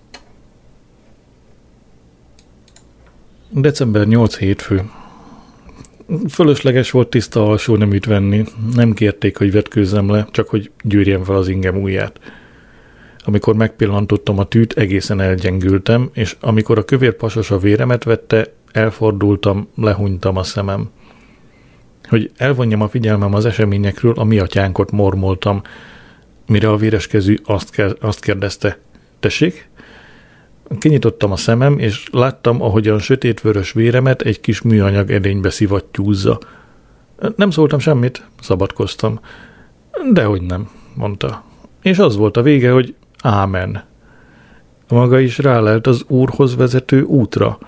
December 8 hétfő. Fölösleges volt tiszta alsóneműt venni. Nem kérték, hogy vetkőzzem le, csak hogy gyűrjem fel az ingem ujját. Amikor megpillantottam a tűt, egészen elgyengültem, és amikor a kövér pasas a véremet vette, elfordultam, lehunytam a szemem. Hogy elvonjam a figyelmem az eseményekről, a mi atyánkot mormoltam, mire a véreskezű azt kérdezte. Tessék? Kinyitottam a szemem, és láttam, ahogyan sötétvörös véremet egy kis műanyag edénybe szivattyúzza. Nem szóltam semmit, szabadkoztam. Dehogy nem, mondta. És az volt a vége, hogy ámen. Maga is rálelt az Úrhoz vezető útra.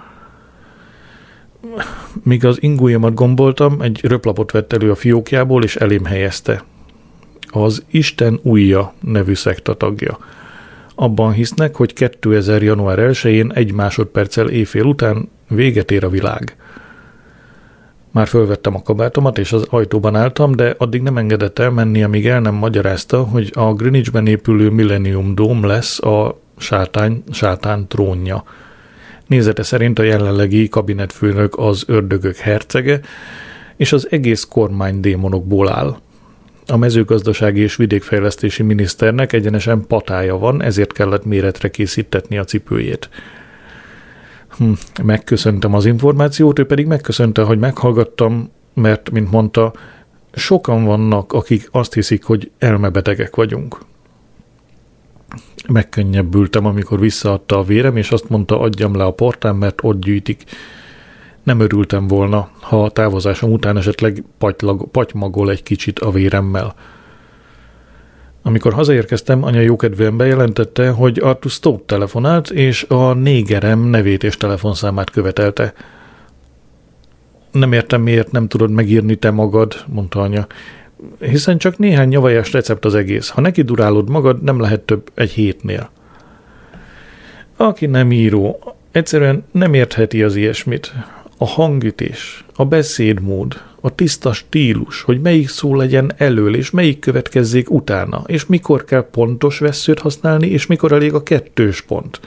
Míg az ingújamat gomboltam, egy röplapot vett elő a fiókjából, és elém helyezte. Az Isten ujja nevű szekta tagja. Abban hisznek, hogy 2000. január 1-én 1 másodperccel éjfél után véget ér a világ. Már fölvettem a kabátomat, és az ajtóban álltam, de addig nem engedett elmenni, amíg el nem magyarázta, hogy a Greenwichben épülő Millennium Dome lesz a sátán trónja. Nézete szerint a jelenlegi kabinetfőnök az ördögök hercege, és az egész kormány démonokból áll. A mezőgazdasági és vidékfejlesztési miniszternek egyenesen patája van, ezért kellett méretre készítetni a cipőjét. Megköszöntem az információt, ő pedig megköszönte, hogy meghallgattam, mert, mint mondta, sokan vannak, akik azt hiszik, hogy elmebetegek vagyunk. Megkönnyebbültem, amikor visszaadta a vérem, és azt mondta, adjam le a portán, mert ott gyűjtik. Nem örültem volna, ha a távozásom után esetleg patymagol egy kicsit a véremmel. Amikor hazaérkeztem, anya jókedvűen bejelentette, hogy Arthur Stout telefonált, és a négerem nevét és telefonszámát követelte. Nem értem, miért nem tudod megírni te magad, mondta anya. Hiszen csak néhány nyavajas recept az egész. Ha neki durálod magad, nem lehet több egy hétnél. Aki nem író, egyszerűen nem értheti az ilyesmit. A hangütés, a beszédmód, a tiszta stílus, hogy melyik szó legyen elől, és melyik következzék utána, és mikor kell pontos vesszőt használni, és mikor elég a 2 pont.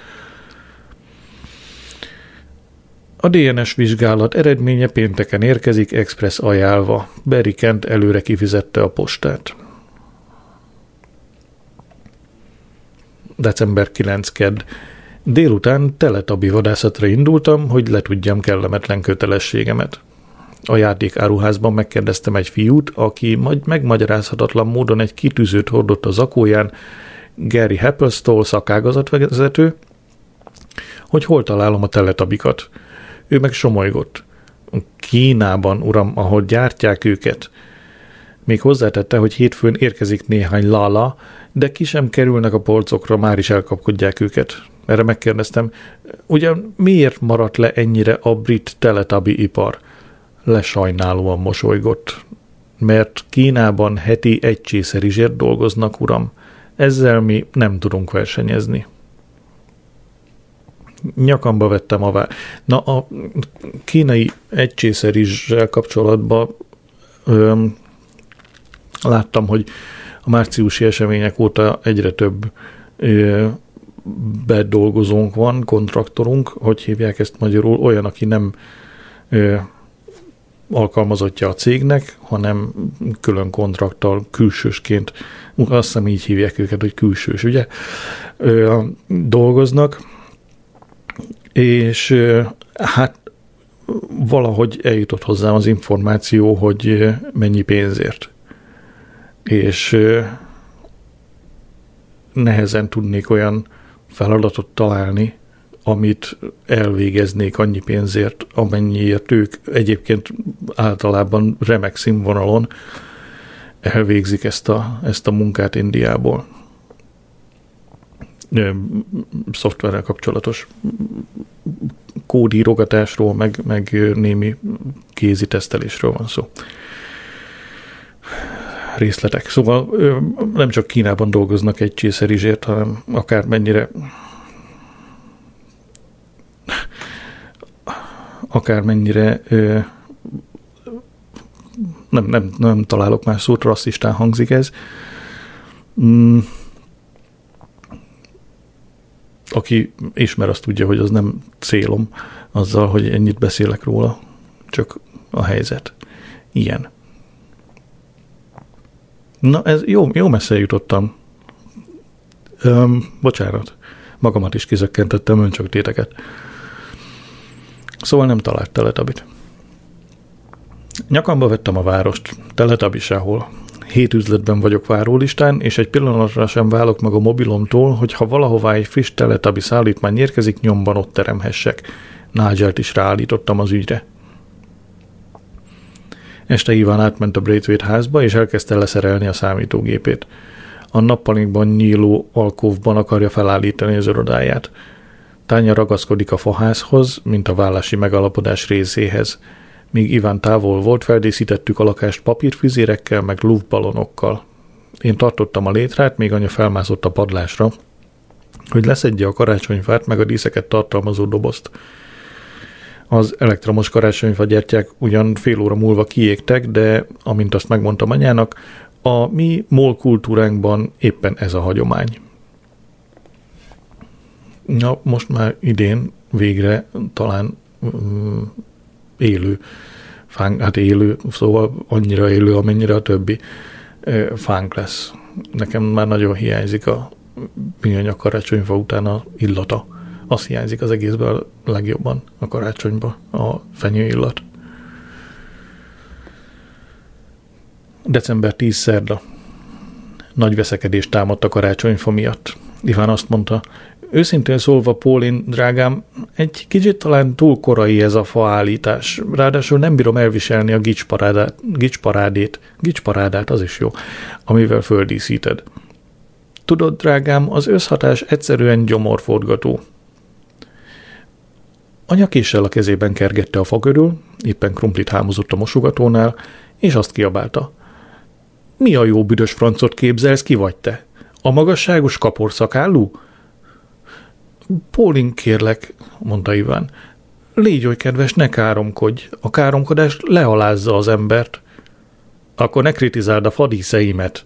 A DNS vizsgálat eredménye pénteken érkezik, express ajánlva. Barry Kent előre kifizette a postát. December 9. kedd. Délután teletabi vadászatra indultam, hogy letudjam kellemetlen kötelességemet. A játékáruházban megkérdeztem egy fiút, aki megmagyarázhatatlan módon egy kitűzőt hordott a zakóján, Gary Happelstall szakágazatvezető, hogy hol találom a teletabikat. Ő meg somolygott. Kínában, uram, ahol gyártják őket. Még hozzátette, hogy hétfőn érkezik néhány lala, de ki sem kerülnek a polcokra, már is elkapkodják őket. Erre megkérdeztem, ugyan miért maradt le ennyire a brit teletabi ipar? Lesajnálóan mosolygott. Mert Kínában heti 1 csészerizsért dolgoznak, uram. Ezzel mi nem tudunk versenyezni. Nyakamba vettem a Na, a kínai 1 csészerizssel kapcsolatban láttam, hogy a márciusi események óta egyre több bedolgozónk van, kontraktorunk, hogy hívják ezt magyarul, olyan, aki nem alkalmazottja a cégnek, hanem külön kontrakttal, külsősként, azt hiszem így hívják őket, hogy külsős, ugye, dolgoznak, és hát valahogy eljutott hozzám az információ, hogy mennyi pénzért. És nehezen tudnék olyan feladatot találni, amit elvégeznék annyi pénzért, amennyiért ők egyébként általában remek színvonalon elvégzik ezt a munkát Indiából. Szoftverrel kapcsolatos kódírogatásról, meg némi kézi tesztelésről van szó. Részletek. Szóval nem csak Kínában dolgoznak 1 csészerizsért, hanem akármennyire nem találok más szót, rasszistán hangzik ez. Aki ismer, azt tudja, hogy az nem célom azzal, hogy ennyit beszélek róla, csak a helyzet. Ilyen. Na, ez jó messze jutottam. Bocsánat, magamat is kizökkentettem, ön csak téteket. Szóval nem talált teletabit. Nyakamba vettem a várost, Teletabi sehol. 7 üzletben vagyok várólistán, és egy pillanatra sem válok meg a mobilomtól, hogy ha valahová egy friss Teletabi szállítmány érkezik, nyomban ott teremhessek. Nigelt is ráállítottam az ügyre. Este Iván átment a Braithwaite házba, és elkezdte leszerelni a számítógépét. A nappalinkban nyíló alkóvban akarja felállítani az irodáját. Tánya ragaszkodik a faházhoz, mint a vállási megalapodás részéhez. Míg Iván távol volt, feldíszítettük a lakást papírfüzérekkel, meg luftballonokkal. Én tartottam a létrát, míg anya felmászott a padlásra, hogy leszedje a karácsonyfát, meg a díszeket tartalmazó dobozt. Az elektromos karácsonyfagyertyák ugyan fél óra múlva kiégtek, de, amint azt megmondtam anyának, a mi MOL kultúránkban éppen ez a hagyomány. Na, most már idén végre talán élő fánk, hát élő, szóval annyira élő, amennyire a többi fánk lesz. Nekem már nagyon hiányzik a műanyag karácsonyfa után a illata. Az hiányzik az egészben a legjobban a karácsonyban, a fenyő illat. December 10 szerda. Nagy veszekedés támadt a karácsonyfa miatt. Iván azt mondta, őszintén szólva, Pólin, drágám, egy kicsit talán túl korai ez a faállítás. Ráadásul nem bírom elviselni a gicsparádét, az is jó, amivel földíszíted. Tudod, drágám, az összhatás egyszerűen gyomorforgató. Anya késsel a kezében kergette a fa körül, éppen krumplit hámozott a mosogatónál, és azt kiabálta. Mi a jó büdös francot képzelsz, ki vagy te? A magasságos kaporszakállú? Pólin, kérlek, mondta Iván. Légy oly kedves, ne káromkodj. A káromkodás lealázza az embert. Akkor ne kritizáld a fadíszeimet.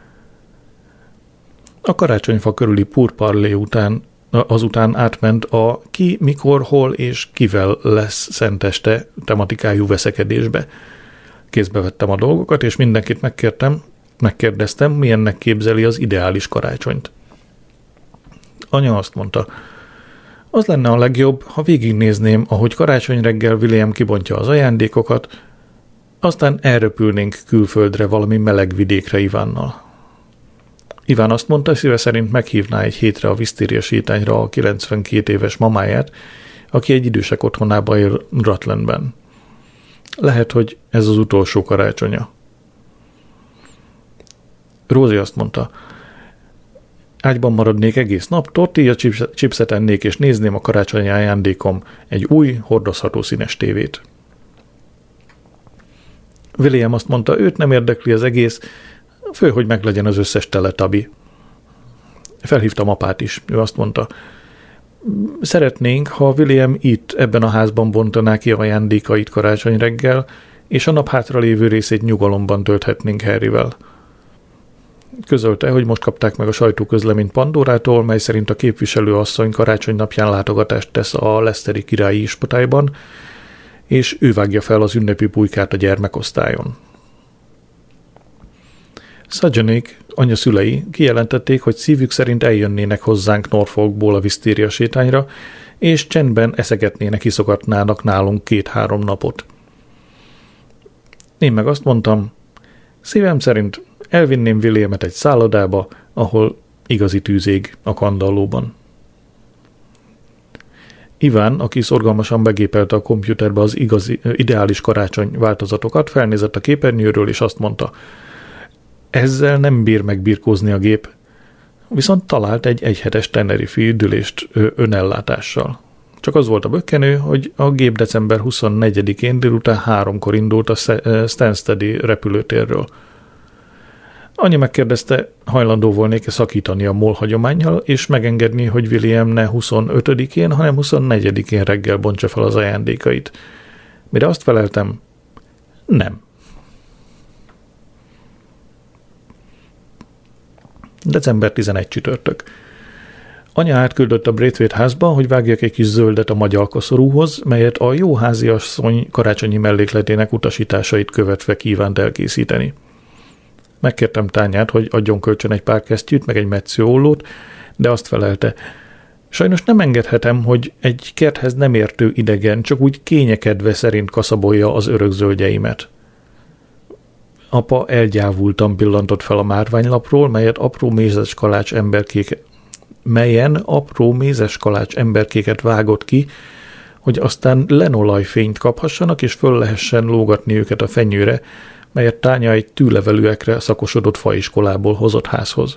A karácsonyfa körüli purparlé után azután átment a ki, mikor, hol és kivel lesz szenteste tematikájú veszekedésbe. Kézbe vettem a dolgokat, és mindenkit megkérdeztem, milyennek képzeli az ideális karácsonyt. Anya azt mondta, az lenne a legjobb, ha végignézném, ahogy karácsony reggel William kibontja az ajándékokat, aztán elröpülnénk külföldre valami meleg vidékre Ivánnal. Iván azt mondta, szíve szerint meghívná egy hétre a Wisteria sétányra a 92 éves mamáját, aki egy idősek otthonába él Rutlandben. Lehet, hogy ez az utolsó karácsonya. Rózi azt mondta, ágyban maradnék egész nap, tortilla chipset ennék, és nézném a karácsonyi ajándékom egy új, hordozható színes tévét. William azt mondta, őt nem érdekli az egész, fő, hogy meglegyen az összes Teletabi. Felhívtam apát is, ő azt mondta, szeretnénk, ha William itt, ebben a házban bontaná ki ajándékait karácsony reggel, és a nap hátralévő részét nyugalomban tölthetnénk Harryvel. Közölte, hogy most kapták meg a sajtóközleményt Pandorától, mely szerint a képviselő asszony karácsony napján látogatást tesz a Leicesteri királyi ispotályban, és ő vágja fel az ünnepi bujkát a gyermekosztályon. Szadzsanék, anya szülei kijelentették, hogy szívük szerint eljönnének hozzánk Norfolkból a Wisteria sétányra, és csendben eszegetnének, iszogatnának nálunk 2-3 napot. Én meg azt mondtam, szívem szerint elvinném Williamet egy szállodába, ahol igazi tűz ég a kandallóban. Iván, aki szorgalmasan begépelte a kompjúterbe az ideális karácsony változatokat, felnézett a képernyőről, és azt mondta, ezzel nem bír megbirkózni a gép, viszont talált egy egyhetes Tenerife üdülést önellátással. Csak az volt a bökkenő, hogy a gép december 24-én délután 3-kor indult a Stanstedi repülőtérről. Anya megkérdezte, hajlandó volnék-e szakítani a MOL hagyománnyal, és megengedni, hogy William ne 25-én, hanem 24-én reggel bontsa fel az ajándékait. Mire azt feleltem, nem. December 11 csütörtök. Anya átküldött a Braithwaite házba, hogy vágjak egy kis zöldet a magyalkoszorúhoz, melyet a jó háziasszony karácsonyi mellékletének utasításait követve kívánt elkészíteni. Megkértem Tányát, hogy adjon kölcsön egy pár kesztyűt, meg egy metszőollót, de azt felelte, Sajnos nem engedhetem, hogy egy kerthez nem értő idegen csak úgy kényekedve szerint kaszabolja az örökzöldjeimet. Apa elgyávultan pillantott fel a márványlapról, melyen apró mézes kalács emberkéket vágott ki, hogy aztán lenolajfényt kaphassanak, és föl lehessen lógatni őket a fenyőre, melyet Tánya egy tűlevelőekre szakosodott faiskolából hozott házhoz.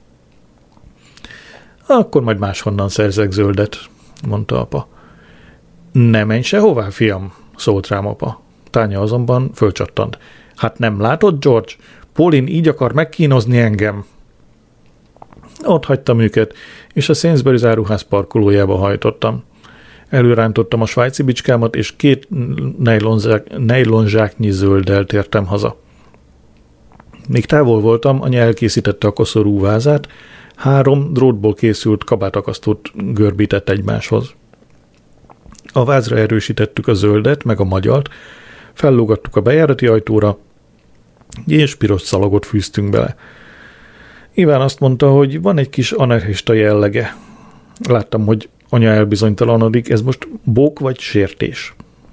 Akkor majd máshonnan szerzek zöldet, mondta apa. Ne menj sehová, fiam, szólt rám apa. Tánya azonban fölcsattant. Hát nem látod, George? Pauline így akar megkínozni engem. Ott hagytam őket, és a Sainsbury áruház parkolójába hajtottam. Előrántottam a svájci bicskámat, és 2 nejlonzsáknyi zölddel tértem haza. Míg távol voltam, anya elkészítette a koszorú vázát, 3 drótból készült kabátakasztót görbített egymáshoz. A vázra erősítettük a zöldet, meg a magyalt, fellógattuk a bejárati ajtóra, és piros szalagot fűztünk bele. Iván azt mondta, hogy van egy kis anarchista jellege. Láttam, hogy anya elbizonytalanodik, ez most bók vagy sértés.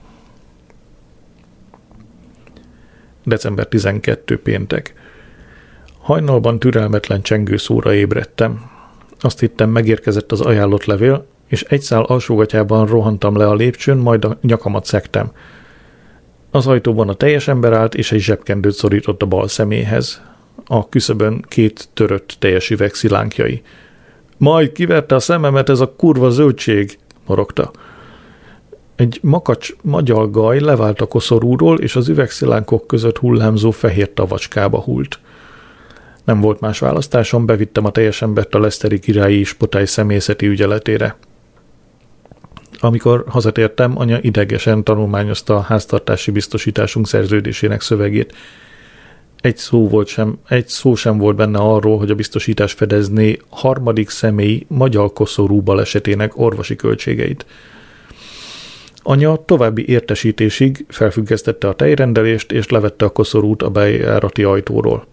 December 12. péntek. Hajnalban türelmetlen csengőszóra ébredtem. Azt hittem, megérkezett az ajánlott levél, és egy szál alsógatyában rohantam le a lépcsőn, majd a nyakamat szektem. Az ajtóban a teljes ember állt, és egy zsebkendőt szorított a bal szeméhez. A küszöbön 2 törött teljes üveg szilánkjai. Majd kiverte a szememet ez a kurva zöldség, morogta. Egy makacs magyar gaj levált a koszorúról, és az üvegszilánkok között hullámzó fehér tavacskába hult. Nem volt más választásom, bevittem a teljes embert a Leicesteri királyi ispotály személyzeti ügyeletére. Amikor hazatértem, anya idegesen tanulmányozta a háztartási biztosításunk szerződésének szövegét. Egy szó sem volt benne arról, hogy a biztosítás fedezné harmadik személy magyar koszorú balesetének orvosi költségeit. Anya további értesítésig felfüggesztette a tejrendelést, és levette a koszorút a bejárati ajtóról.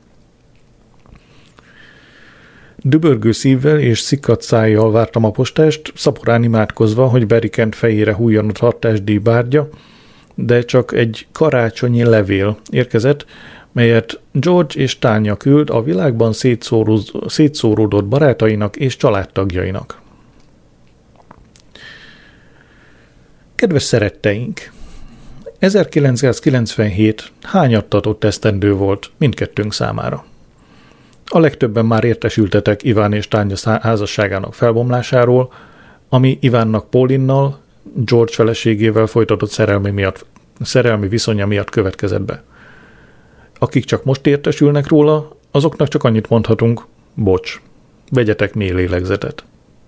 Dübörgő szívvel és szikkadt szájjal vártam a postást, szaporán imádkozva, hogy Berikent fejére hújjon a tartásdíj bárgya, de csak egy karácsonyi levél érkezett, melyet George és Tánya küld a világban szétszóródott barátainak és családtagjainak. Kedves szeretteink! 1997 hányattatott esztendő volt mindkettőnk számára. A legtöbben már értesültetek Iván és Tánya házasságának felbomlásáról, ami Ivánnak Paulinnal, George feleségével folytatott szerelmi viszonya miatt következett be. Akik csak most értesülnek róla, azoknak csak annyit mondhatunk, bocs, vegyetek mély lélegzetet.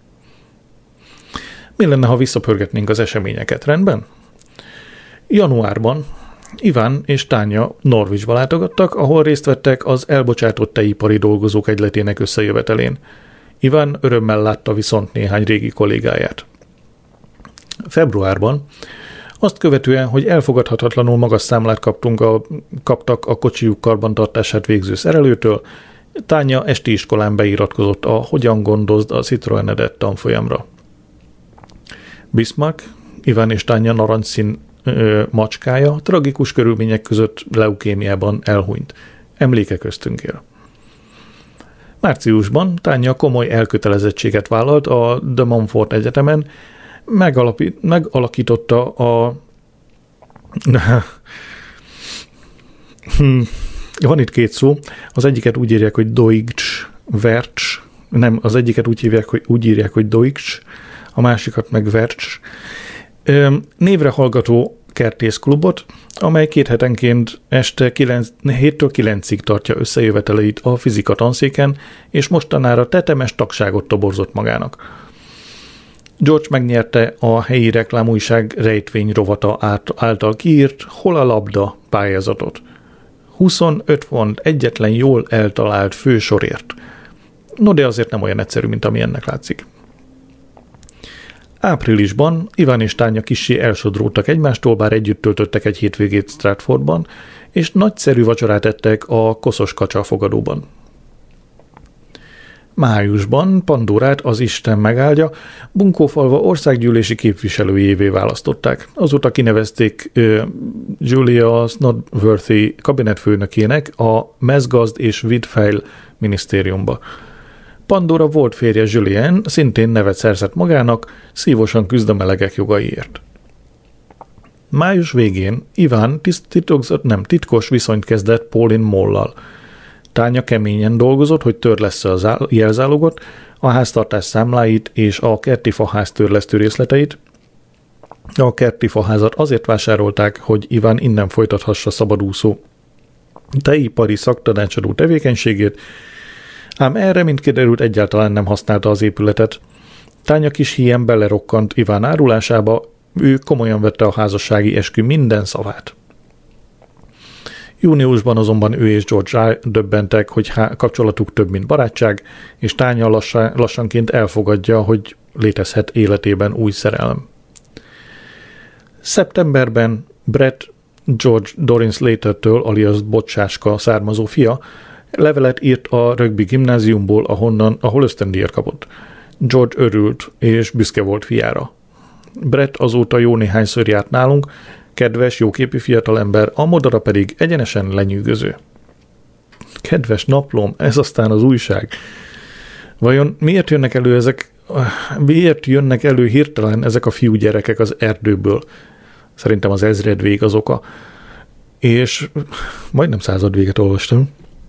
Mi lenne, ha visszapörgetnénk az eseményeket, rendben? Januárban Iván és Tánya Norwichba látogattak, ahol részt vettek az elbocsátott tejipari dolgozók egyletének összejövetelén. Iván örömmel látta viszont néhány régi kollégáját. Februárban azt követően, hogy elfogadhatatlanul magas számlát kaptak a kocsijuk karbantartását végző szerelőtől, Tánya esti iskolán beiratkozott a Hogyan gondozd a Citroenedet tanfolyamra. Bismarck, Iván és Tánya narancsszín macskája tragikus körülmények között leukémiában elhunyt. Emléke köztünk él. Márciusban Tánya komoly elkötelezettséget vállalt a De Montfort Egyetemen, megalakította a... Van itt 2 szó, az egyiket úgy írják, hogy Deutsch, nem, az egyiket úgy írják, hogy Deutsch, a másikat meg Vercs. Névre hallgató kertészklubot, amely 2 hetenként este 7-től 9-ig tartja összejöveteleit a fizika tanszéken, és mostanára tetemes tagságot toborzott magának. George megnyerte a helyi reklámújság rejtvény rovata által kiírt Hol a labda pályázatot. 25 font egyetlen jól eltalált fősorért. No, de azért nem olyan egyszerű, mint ami ennek látszik. Áprilisban Iván és Tánya kissé elsodródtak egymástól, bár együtt töltöttek egy hétvégét Stratfordban, és nagyszerű vacsorát ettek a koszos kacsa fogadóban. Májusban Pandorát, az Isten megáldja, Bunkófalva országgyűlési képviselőjévé választották. Azóta kinevezték Julia Snodworthy kabinetfőnökének a mezgazd és vidfejl minisztériumba. Pandora volt férje Julien szintén nevet szerzett magának, szívosan küzd a melegek jogaiért. Május végén Iván titkos viszonyt kezdett Pauline Mollal. Tánya keményen dolgozott, hogy törlessze a jelzálogot, a háztartás számláit és a kerti faház törlesztő részleteit. A kerti faházat azért vásárolták, hogy Iván innen folytathassa szabadúszó tejipari szaktanácsadó tevékenységét, ám erre, mint kiderült, egyáltalán nem használta az épületet. Tánya kis híján belerokkant Iván árulásába, ő komolyan vette a házassági eskü minden szavát. Júniusban azonban ő és George döbbentek, hogy kapcsolatuk több, mint barátság, és Tánya lassanként elfogadja, hogy létezhet életében új szerelem. Szeptemberben Brett George Dorin Slater-től, alias Bocsáska származó fia, levelet írt a rögbi gimnáziumból, ahol ösztöndíjat kapott. George örült, és büszke volt fiára. Brett azóta jó néhányszor járt nálunk, kedves, jóképű fiatalember, a modora pedig egyenesen lenyűgöző. Kedves naplom, ez aztán az újság. Vajon miért jönnek elő hirtelen ezek a fiúgyerekek az erdőből? Szerintem az ezredvég az oka. És majdnem századvéget olvastam.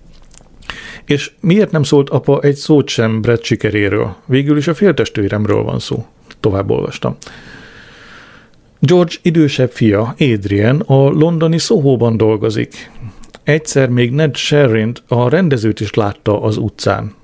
És miért nem szólt apa egy szót sem Brett sikeréről? Végül is a féltestvéremről van szó. Tovább olvastam. George idősebb fia, Adrian, a londoni Soho-ban dolgozik. Egyszer még Ned Sherrint, a rendezőt is látta az utcán.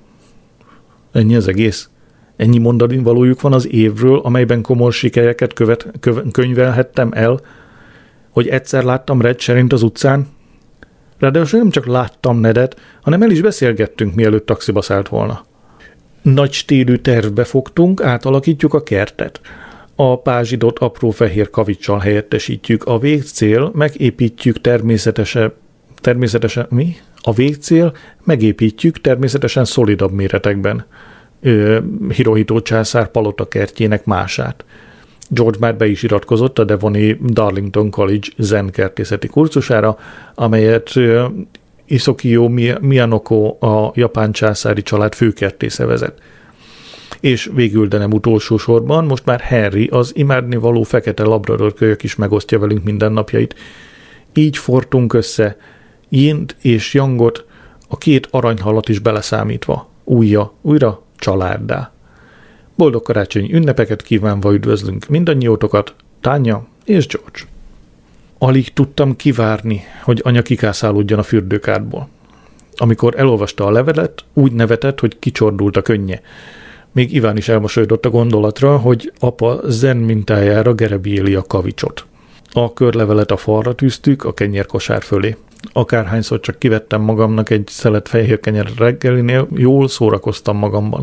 Ennyi az egész? Ennyi mondani valójuk van az évről, amelyben komoly sikereket könyvelhettem el, hogy egyszer láttam Ned Sherrint az utcán? Ráadásul nem csak láttam Nedet, hanem el is beszélgettünk, mielőtt taxiba szállt volna. Nagy stílű tervbe fogtunk, átalakítjuk a kertet. A pázsidot apró fehér kavicsal helyettesítjük. A végcél megépítjük természetesen mi? A végcél megépítjük természetesen szolidabb méretekben. Hirohito császár palota kertjének mását. George már be is iratkozott a devoni Darlington College zen kertészeti kurzusára, amelyet Isokio Miyanoko, a japán császári család főkertésze vezet. És végül, de nem utolsó sorban, most már Henry, az imádnivaló fekete labrador kölyök is megosztja velünk mindennapjait. Így fortunk össze Yint és Yangot, a két aranyhalat is beleszámítva. Újra családdá. Boldog karácsonyi ünnepeket kívánva üdvözlünk mindannyiótokat, Tánya és George. Alig tudtam kivárni, hogy anya kikászálódjon a fürdőkádból. Amikor elolvasta a levelet, úgy nevetett, hogy kicsordult a könnye. Még Iván is elmosolyodott a gondolatra, hogy apa zen mintájára gerebéli a kavicsot. A körlevelet a falra tűztük a kenyérkosár fölé. Akárhányszor csak kivettem magamnak egy szelet fehér kenyer reggelinél, jól szórakoztam magamban.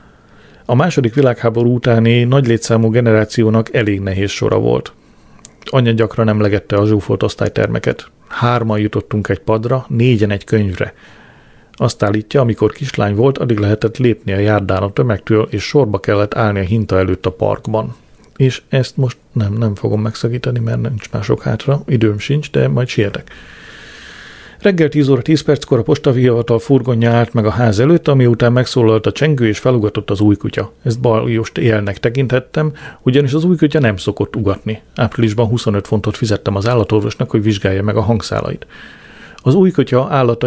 A második világháború utáni nagy létszámú generációnak elég nehéz sora volt. Anya gyakran emlegette a zsúfolt osztálytermeket. 3-an jutottunk egy padra, 4-en egy könyvre. Azt állítja, amikor kislány volt, addig lehetett lépni a járdán a tömegtől, és sorba kellett állni a hinta előtt a parkban. És ezt most nem fogom megszakítani, mert nincs már sok hátra, időm sincs, de majd sietek. Reggel 10 óra 10 perckor a postahivatal furgonja állt meg a ház előtt, ami után megszólalt a csengő és felugatott az új kutya. Ezt baljost élnek tekinthettem, ugyanis az új kutya nem szokott ugatni. Áprilisban 25 fontot fizettem az állatorvosnak, hogy vizsgálja meg a hangszálait. Az új kutya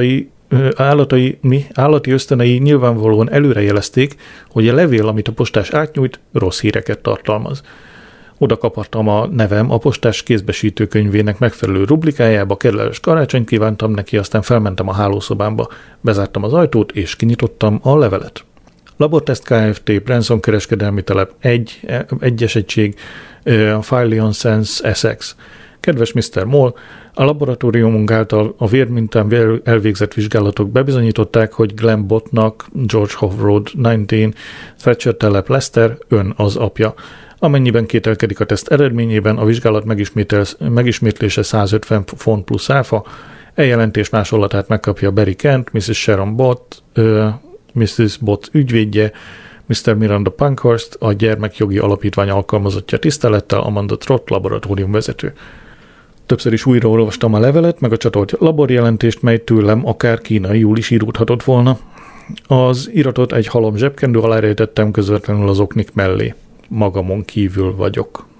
állati ösztönei nyilvánvalóan előrejelezték, hogy a levél, amit a postás átnyújt, rossz híreket tartalmaz. Oda kapartam a nevem a postás kézbesítőkönyvének megfelelő rubrikájába, kellemes karácsonyt kívántam neki, aztán felmentem a hálószobámba, bezártam az ajtót és kinyitottam a levelet. Labortest Kft. Branson kereskedelmi telep 1-es egység, Fillion Sense Essex. Kedves Mr. Moll, a laboratóriumunk által a vérmintán elvégzett vizsgálatok bebizonyították, hogy Glenn Bottnak, George Howe Road 19, Thatcher telep Leicester, ön az apja. Amennyiben kételkedik a teszt eredményében, a vizsgálat megismétlése 150 font plusz áfa, eljelentés másolatát megkapja Barry Kent, Mrs. Sharon Bott, Mrs. Bott ügyvédje, Mr. Miranda Pankhurst, a Gyermekjogi Alapítvány alkalmazottja, tisztelettel Amanda Trott, laboratórium vezető. Többször is újraolvastam a levelet, meg a csatolt laborjelentést, mely tőlem akár kínaiul is íródhatott volna. Az iratot egy halom zsebkendő alá rejtettem közvetlenül az oknik mellé. Magamon kívül vagyok.